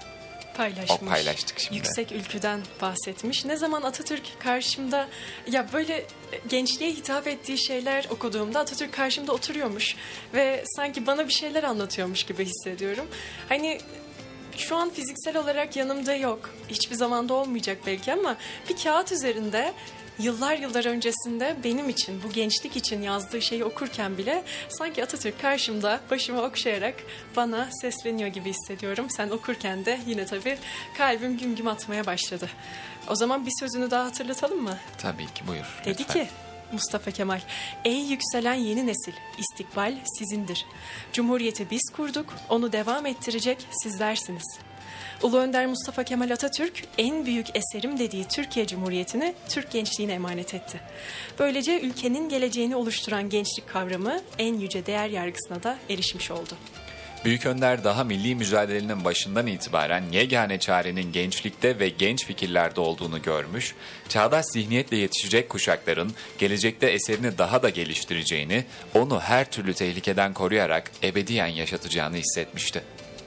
paylaştık şimdi. Yüksek ülküden bahsetmiş. Ne zaman Atatürk karşımda, ya böyle gençliğe hitap ettiği şeyler okuduğumda Atatürk karşımda oturuyormuş ve sanki bana bir şeyler anlatıyormuş gibi hissediyorum. Hani şu an fiziksel olarak yanımda yok. Hiçbir zamanda olmayacak belki ama bir kağıt üzerinde yıllar öncesinde benim için, bu gençlik için yazdığı şeyi okurken bile sanki Atatürk karşımda başımı okşayarak bana sesleniyor gibi hissediyorum. Sen okurken de yine tabii kalbim güm güm atmaya başladı. O zaman bir sözünü daha hatırlatalım mı? Tabii ki, buyur. Dedi lütfen. ki Mustafa Kemal, ey yükselen yeni nesil, istikbal sizindir. Cumhuriyeti biz kurduk, onu devam ettirecek sizlersiniz. Ulu Önder Mustafa Kemal Atatürk en büyük eserim dediği Türkiye Cumhuriyeti'ni Türk gençliğine emanet etti. Böylece ülkenin geleceğini oluşturan gençlik kavramı en yüce değer yargısına da erişmiş oldu. Büyük Önder daha milli mücadelenin başından itibaren yegane çarenin gençlikte ve genç fikirlerde olduğunu görmüş, çağdaş zihniyetle yetişecek kuşakların gelecekte eserini daha da geliştireceğini, onu her türlü tehlikeden koruyarak ebediyen yaşatacağını hissetmişti.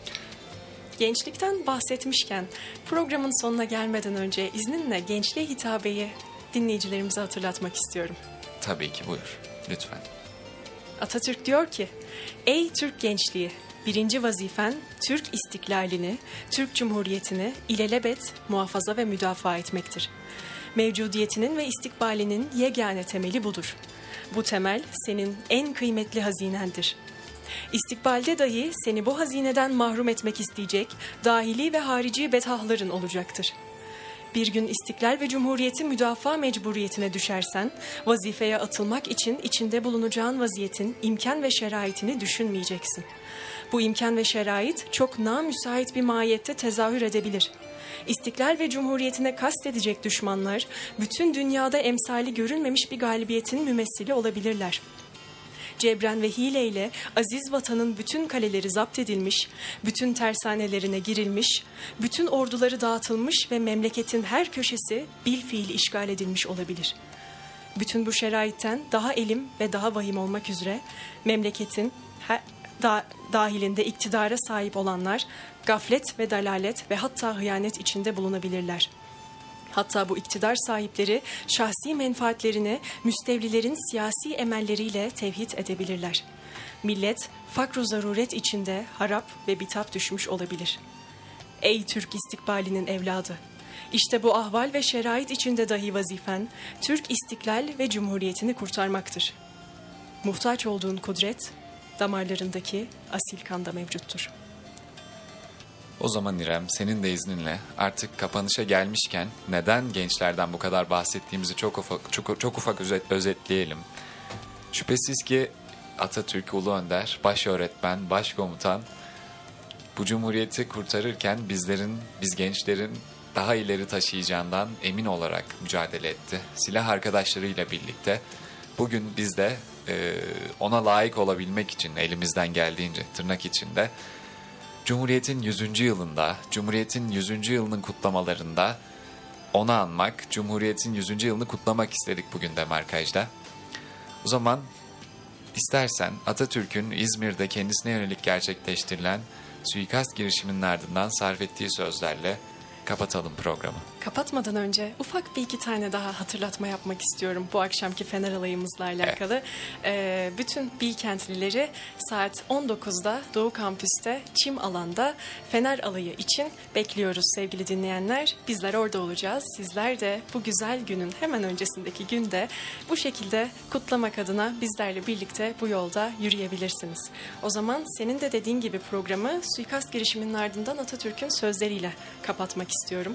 Gençlikten bahsetmişken programın sonuna gelmeden önce izninle gençliğe hitabeyi dinleyicilerimize hatırlatmak istiyorum. Tabii ki, buyur. Lütfen. Atatürk diyor ki, ey Türk gençliği, birinci vazifen Türk istiklalini, Türk Cumhuriyeti'ni ilelebet muhafaza ve müdafaa etmektir. Mevcudiyetinin ve istikbalinin yegane temeli budur. Bu temel senin en kıymetli hazinendir. İstikbalde dahi seni bu hazineden mahrum etmek isteyecek dahili ve harici bedhahların olacaktır. Bir gün istiklal ve cumhuriyeti müdafaa mecburiyetine düşersen, vazifeye atılmak için içinde bulunacağın vaziyetin imkan ve şeraitini düşünmeyeceksin. Bu imkan ve şerait çok namüsait bir mahiyette tezahür edebilir. İstiklal ve cumhuriyetine kastedecek düşmanlar, bütün dünyada emsali görülmemiş bir galibiyetin mümessili olabilirler. Cebren ve hileyle aziz vatanın bütün kaleleri zapt edilmiş, bütün tersanelerine girilmiş, bütün orduları dağıtılmış ve memleketin her köşesi bilfiil işgal edilmiş olabilir. Bütün bu şeraitten daha elim ve daha vahim olmak üzere memleketin dahilinde iktidara sahip olanlar gaflet ve dalalet ve hatta hıyanet içinde bulunabilirler. Hatta bu iktidar sahipleri şahsi menfaatlerini müstevlilerin siyasi emelleriyle tevhid edebilirler. Millet fakr-u zaruret içinde harap ve bitap düşmüş olabilir. Ey Türk istikbalinin evladı! İşte bu ahval ve şerait içinde dahi vazifen Türk istiklal ve cumhuriyetini kurtarmaktır. Muhtaç olduğun kudret damarlarındaki asil kanda mevcuttur. O zaman İrem, senin de izninle artık kapanışa gelmişken neden gençlerden bu kadar bahsettiğimizi çok ufak özetleyelim. Şüphesiz ki Atatürk, Ulu Önder, baş öğretmen, başkomutan bu cumhuriyeti kurtarırken biz gençlerin daha ileri taşıyacağından emin olarak mücadele etti. Silah arkadaşlarıyla birlikte bugün biz de ona layık olabilmek için elimizden geldiğince tırnak içinde Cumhuriyet'in 100. yılında, Cumhuriyet'in 100. yılının kutlamalarında onu anmak, Cumhuriyet'in 100. yılını kutlamak istedik bugün de Markaj'da. O zaman istersen Atatürk'ün İzmir'de kendisine yönelik gerçekleştirilen suikast girişiminin ardından sarf ettiği sözlerle kapatalım programı. Kapatmadan önce ufak bir iki tane daha hatırlatma yapmak istiyorum bu akşamki Fener alayımızla alakalı. Bütün Bilkentlileri saat 19'da Doğu Kampüs'te Çim Alan'da Fener alayı için bekliyoruz sevgili dinleyenler. Bizler orada olacağız. Sizler de bu güzel günün hemen öncesindeki günde bu şekilde kutlamak adına bizlerle birlikte bu yolda yürüyebilirsiniz. O zaman senin de dediğin gibi programı suikast girişiminin ardından Atatürk'ün sözleriyle kapatmak istiyorum.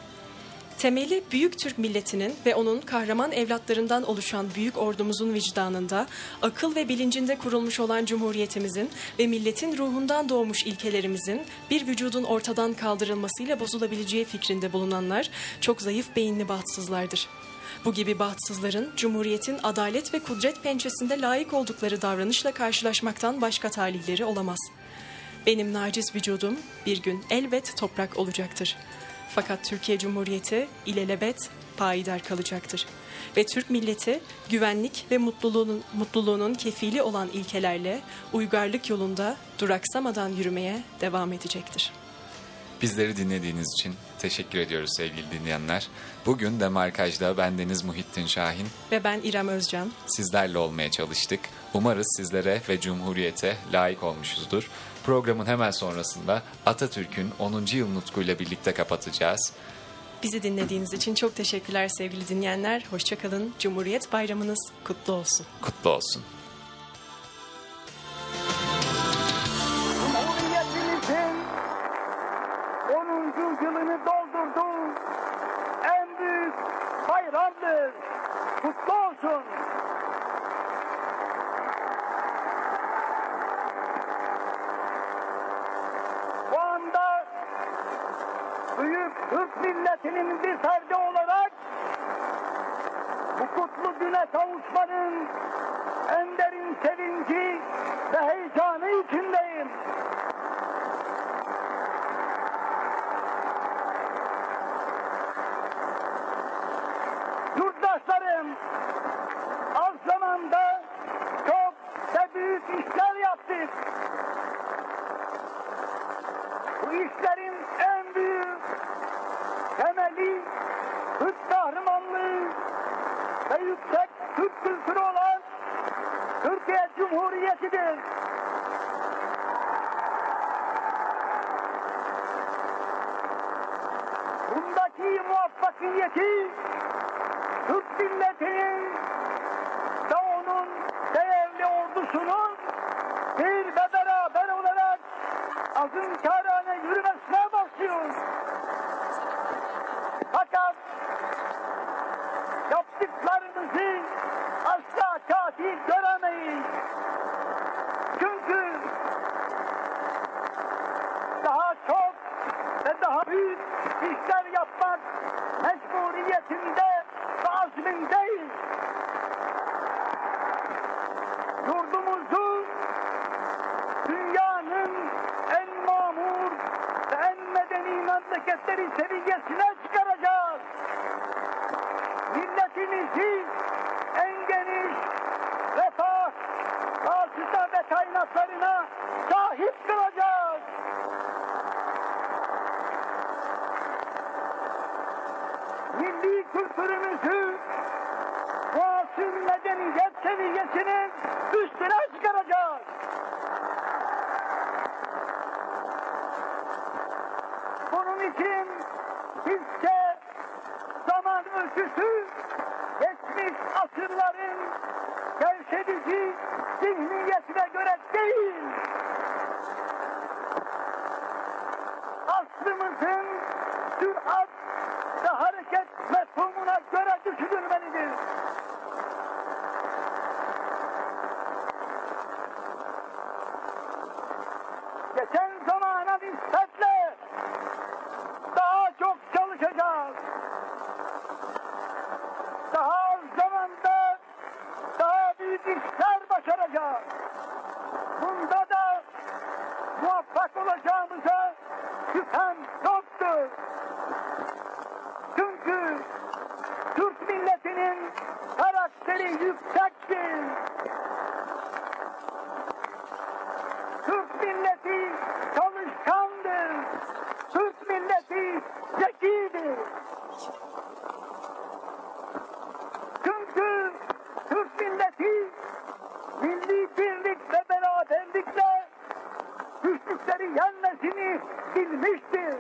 Temeli büyük Türk milletinin ve onun kahraman evlatlarından oluşan büyük ordumuzun vicdanında, akıl ve bilincinde kurulmuş olan Cumhuriyetimizin ve milletin ruhundan doğmuş ilkelerimizin bir vücudun ortadan kaldırılmasıyla bozulabileceği fikrinde bulunanlar çok zayıf beyinli bahtsızlardır. Bu gibi bahtsızların Cumhuriyetin adalet ve kudret pençesinde layık oldukları davranışla karşılaşmaktan başka talihleri olamaz. Benim naciz vücudum bir gün elbet toprak olacaktır. Fakat Türkiye Cumhuriyeti ilelebet payidar kalacaktır. Ve Türk milleti güvenlik ve mutluluğunun kefili olan ilkelerle uygarlık yolunda duraksamadan yürümeye devam edecektir. Bizleri dinlediğiniz için teşekkür ediyoruz sevgili dinleyenler. Bugün Demarkaj'da bendeniz Muhittin Şahin ve ben İrem Özcan sizlerle olmaya çalıştık. Umarız sizlere ve Cumhuriyete layık olmuşuzdur. Programın hemen sonrasında Atatürk'ün 10. yıl nutkuyla birlikte kapatacağız. Bizi dinlediğiniz için çok teşekkürler sevgili dinleyenler. Hoşça kalın. Cumhuriyet Bayramınız kutlu olsun. Kutlu olsun. Cumhuriyetimizin 10. yılını doldurdu. En büyük bayramdır. Kutlu olsun. Bu anda büyük Türk milletinin bir ferdi olarak bu kutlu güne kavuşmanın en derin sevinci ve heyecanı içindeyim. Yurttaşlarım, az zamanda çok ve büyük işler yaptık. Bu işlerin en büyük temeli Türk kahramanlığı ve yüksek Türk kültürü olan Türkiye Cumhuriyeti'dir. Bundaki muvaffakiyeti Türk milletinin ve onun değerli ordusunun bir ve beraber olarak azınkârane yürümesine başlıyor. Fakat yaptıklarımızı asla katil göremeyiz. Çünkü daha çok ve daha büyük işler yapmak mecburiyetinde ve azmindeyiz. Yurdumuzu dünyanın en mamur ve en medeni memleketleri seviyesine çıkaracağız. Milletimizi en geniş refah, vasıta ve kaynaklarına sahip kılacağız. Milli kültürümüzü muasır medeniyet seviyesinin üstüne çıkaracağız. Bunun için bizce zaman ölçüsü geçmiş asırların gevşedici zihniyetine göre değil, asla asrımızın sürat ve hareket mefhumuna göre düşünülmelidir. Geçen zamana nispetle daha çok çalışacağız. Daha az zamanda daha büyük işler başaracağız. Bunda da muvaffak olacağımıza şüphem yoktur. Çünkü Türk milletinin karakteri yüksektir. Türk milleti çalışkandır. Türk milleti zekidir. Çünkü Türk milleti milli birlik ve beraberlikle güçlükleri yenmesini bilmiştir.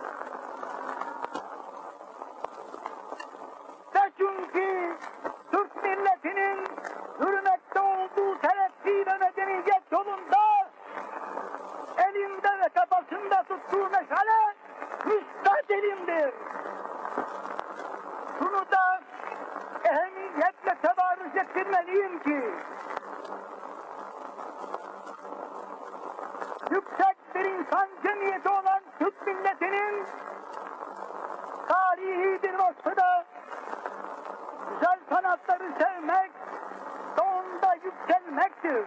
Ve çünkü Türk milletinin yürümekte olduğu terakki ve medeniyet yolunda elinde ve kafasında tuttuğu meşale müstahdelimdir. Bunu da ehemmiyetle tebarüz ettirmeliyim ki yüksek bir insan cemiyeti olan Türk milletinin tarihi bir vasfı da güzel sanatları sevmek ve onda yükselmektir.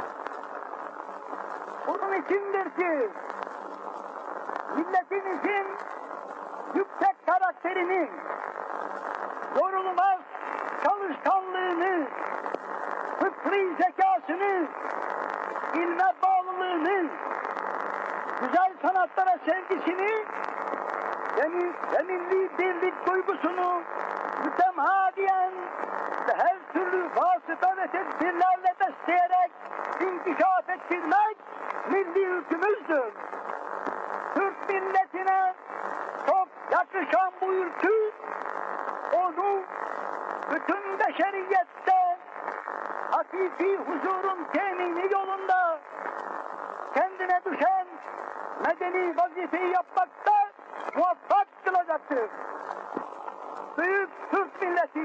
Bunun içindir ki milletimizin yüksek karakterini, yorulmaz çalışkanlığını, fıtri zekasını, ilme bağlılığını, güzel sanatlara sevgisini ve milli birlik duygusunu mütemadiyen ve her türlü vasıta ve tedbirlerle besleyerek inkişaf ettirmek milli yükümüzdür. Türk milletine çok yakışan bu ülkü, onu bütün beşeriyette hakiki huzurun temini yolunda kendine düşen medeni vazifeyi yapmakta muvaffak kılacaktır. Büyük Türk milleti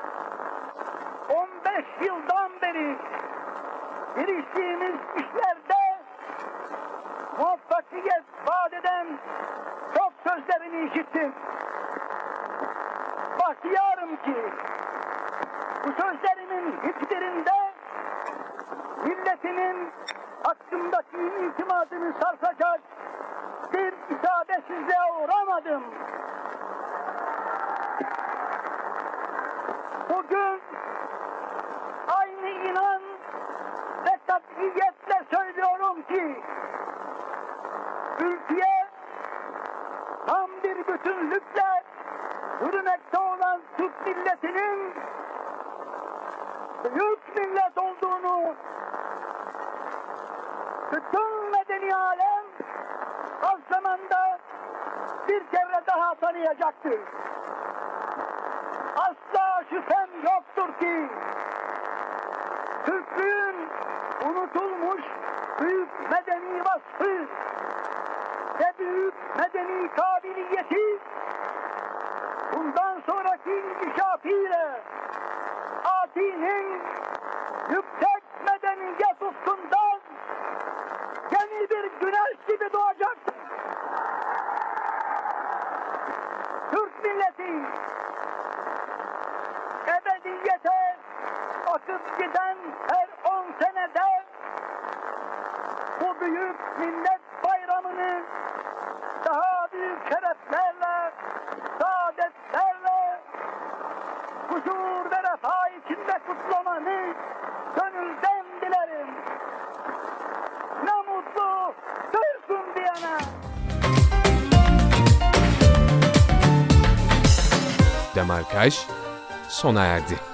15 yıldan beri giriştiğimiz işlerde muvaffakiyet vaat eden çok sözlerini işittim. Bahtiyarım ki bu sözlerimin hiçbirinde milletinin hakkımdaki itimadını sarsacak bir isabetsizliğe uğramadım. Bugün aynı inan ve katiyetle söylüyorum ki ülkeye tam bir bütünlükle yürümekte olan Türk milletinin büyük millet olduğunu bütün medeni alem az zamanda bir kere daha tanıyacaktır. Asla şüphem yoktur ki Türklüğün unutulmuş büyük medeni vasfı ve büyük medeni kabiliyeti bundan sonraki inkişafıyla Ati'nin yüksek medeniyet ufkundan yeni bir güneş gibi doğacaktır. Türk milleti ebediyete akıp giden her 10 senede bu büyük millet bayramını daha büyük şereflerle, saadetlerle, huzur ve refah içinde kutlamanı gönülden dilerim. Ne mutlu Türk'üm diyene. Demarkaj sona erdi.